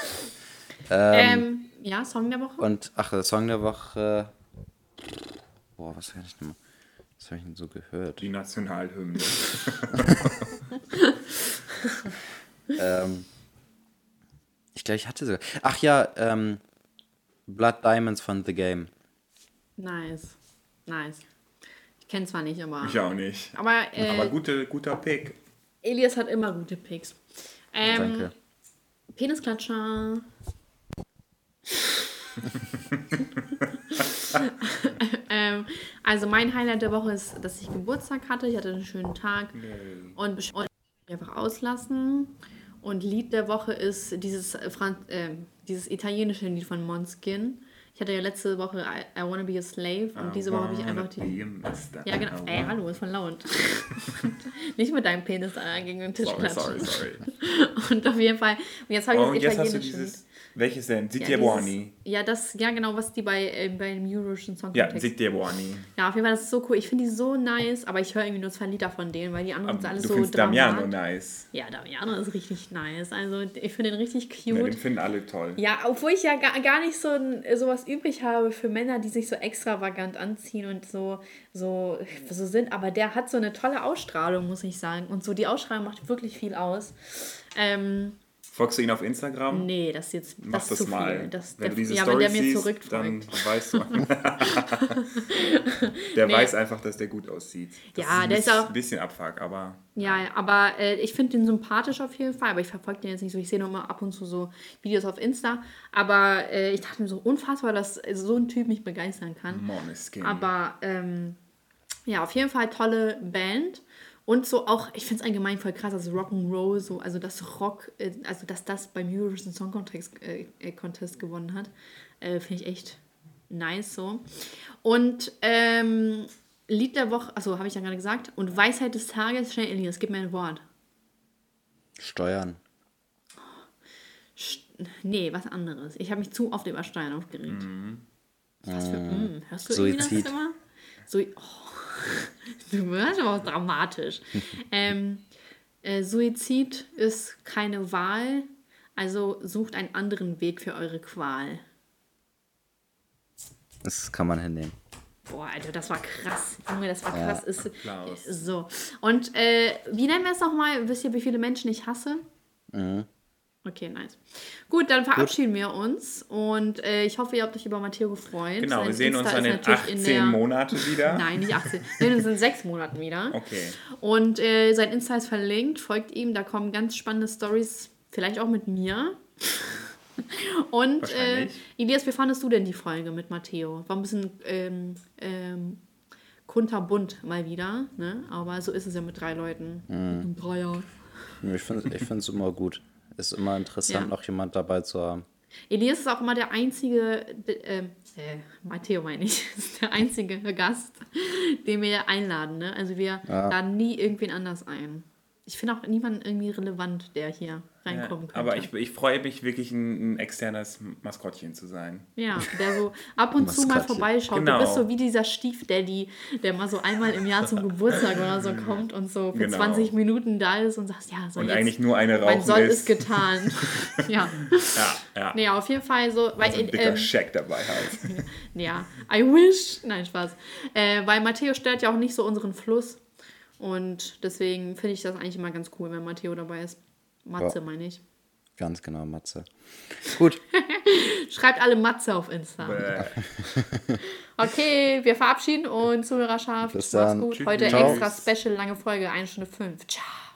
ähm, ja, Song der Woche? Und, ach, der Song der Woche. Boah, was habe ich denn, was hab ich denn so gehört? Die Nationalhymne. ähm, ich glaube, ich hatte sogar. Ach ja, ähm, Blood Diamonds von The Game. Nice. Nice. Ich kenne zwar nicht, aber. Ich auch nicht. Aber, äh, Aber gute, guter Pick. Elias hat immer gute Picks. Ähm, Danke. Penisklatscher. ähm, also mein Highlight der Woche ist, dass ich Geburtstag hatte. Ich hatte einen schönen Tag und besch- und einfach auslassen. Und Lied der Woche ist dieses, äh, Fran äh, dieses italienische Lied von Måneskin. Ich hatte ja letzte Woche I, I Wanna Be a Slave und diese Woche habe ich einfach die... Ja, genau. Ey, hallo, ist von laut. Nicht mit deinem Penis da gegen den Tisch Sorry, klatschen. sorry, sorry. Und auf jeden Fall, und jetzt habe ich Oh, und das jetzt hast du italienische dieses. Lied. Welches denn? Ja, Zitti Buoni. dieses- Ja, das, ja genau, was die bei, äh, bei dem Eurovision Song Ja, Contest. Zitti Buoni. Ja, auf jeden Fall, das ist so cool. Ich finde die so nice, aber ich höre irgendwie nur zwei Lieder von denen, weil die anderen sind Aber alles du so findest Dramatisch. Damiano nice. Ja, Damiano ist richtig nice. Also ich finde den richtig Ja, cute. den finden alle toll. Ja, obwohl ich ja gar, gar nicht so ein, sowas übrig habe für Männer, die sich so extravagant anziehen und so, so, so sind. Aber der hat so eine tolle Ausstrahlung, muss ich sagen. Und so die Ausstrahlung macht wirklich viel aus. Ähm, Folgst du ihn auf Instagram? nee, das ist jetzt Mach das, das, ist zu mal. viel. Das, wenn der, du diese ja, wenn Storys der mir siehst, zurückfolgt. dann weißt du. der Nee. weiß einfach, dass der gut aussieht. Das Ja, ist der ein ist auch- bisschen- bisschen Abfuck, aber Ja, aber äh, ich finde den sympathisch auf jeden Fall, aber ich verfolge den jetzt nicht so. Ich sehe nur mal ab und zu so Videos auf Insta. Aber äh, ich dachte mir so unfassbar, dass so ein Typ mich begeistern kann. Måneskin. Aber ähm, ja, auf jeden Fall tolle Band. Und so auch, ich finde es allgemein voll krass, also Rock'n'Roll, so, also das Rock, äh, also dass das beim Eurovision Song Contest, äh, äh, Contest gewonnen hat, äh, finde ich echt nice so. Und ähm, Lied der Woche, achso, habe ich ja gerade gesagt. Und Weisheit des Tages, schnell Elias, gib mir ein Wort. Steuern. St- Nee, was anderes. Ich habe mich zu oft über Steuern aufgeregt. Mhm. Was für, mm, hörst du Suizid. irgendwie das immer? So, oh, du wirst aber auch dramatisch. ähm, äh, Suizid ist keine Wahl, also sucht einen anderen Weg für eure Qual. Das kann man hinnehmen. Boah, Alter, das war krass. Junge, das war Ja. krass. Ist, Applaus. so. Und äh, wie nennen wir es nochmal? Wisst ihr, wie viele Menschen ich hasse? Mhm. Okay, nice. Gut, dann verabschieden wir uns und äh, ich hoffe, ihr habt euch über Matteo gefreut. Genau, Sein wir sehen uns Insta dann ist in natürlich achtzehn in der- Monaten wieder. Nein, nicht achtzehn. Wir sehen uns in sechs Monaten wieder. Okay. Und äh, sein Insta ist verlinkt, folgt ihm, da kommen ganz spannende Stories, vielleicht auch mit mir. Und äh, Wahrscheinlich. Elias, wie fandest du denn die Folge mit Matteo? War ein bisschen ähm, ähm, kunterbunt mal wieder, ne? Aber so ist es ja mit drei Leuten. Mhm. Drei Jahren. Ich finde ich es immer gut. Ist immer interessant, Ja. noch jemand dabei zu haben. Elias ist auch immer der einzige, äh, äh, Matteo meine ich, ist der einzige Gast, den wir einladen, ne? Also wir Ja. laden nie irgendwen anders ein. Ich finde auch niemanden irgendwie relevant, der hier reinkommen Ja, könnte. aber ich, ich freue mich wirklich, ein, ein externes Maskottchen zu sein. Ja, der so ab und zu mal Maskottchen. vorbeischaut. Genau. Du bist so wie dieser Stiefdaddy, der mal so einmal im Jahr zum Geburtstag oder so kommt und so für Genau. zwanzig Minuten da ist und sagst, ja, so Und jetzt, eigentlich nur eine mein rauchen Soll ist. ist getan. Ja. Ja, ja. Nee, auf jeden Fall so, weil, So ein dicker ähm, Scheck dabei halt. ja, I wish. Nein, Spaß. Äh, weil Matteo stört ja auch nicht so unseren Fluss. Und deswegen finde ich das eigentlich immer ganz cool, wenn Matteo dabei ist. Matze, Ja. meine ich. Ganz genau, Matze. Gut. Schreibt alle Matze auf Insta. Bäh. Okay, wir verabschieden uns, Zuhörerschaft. Bis Mach's dann. gut. Tschüss. Heute Ciao. extra Special, lange Folge, eine Stunde fünf. Ciao.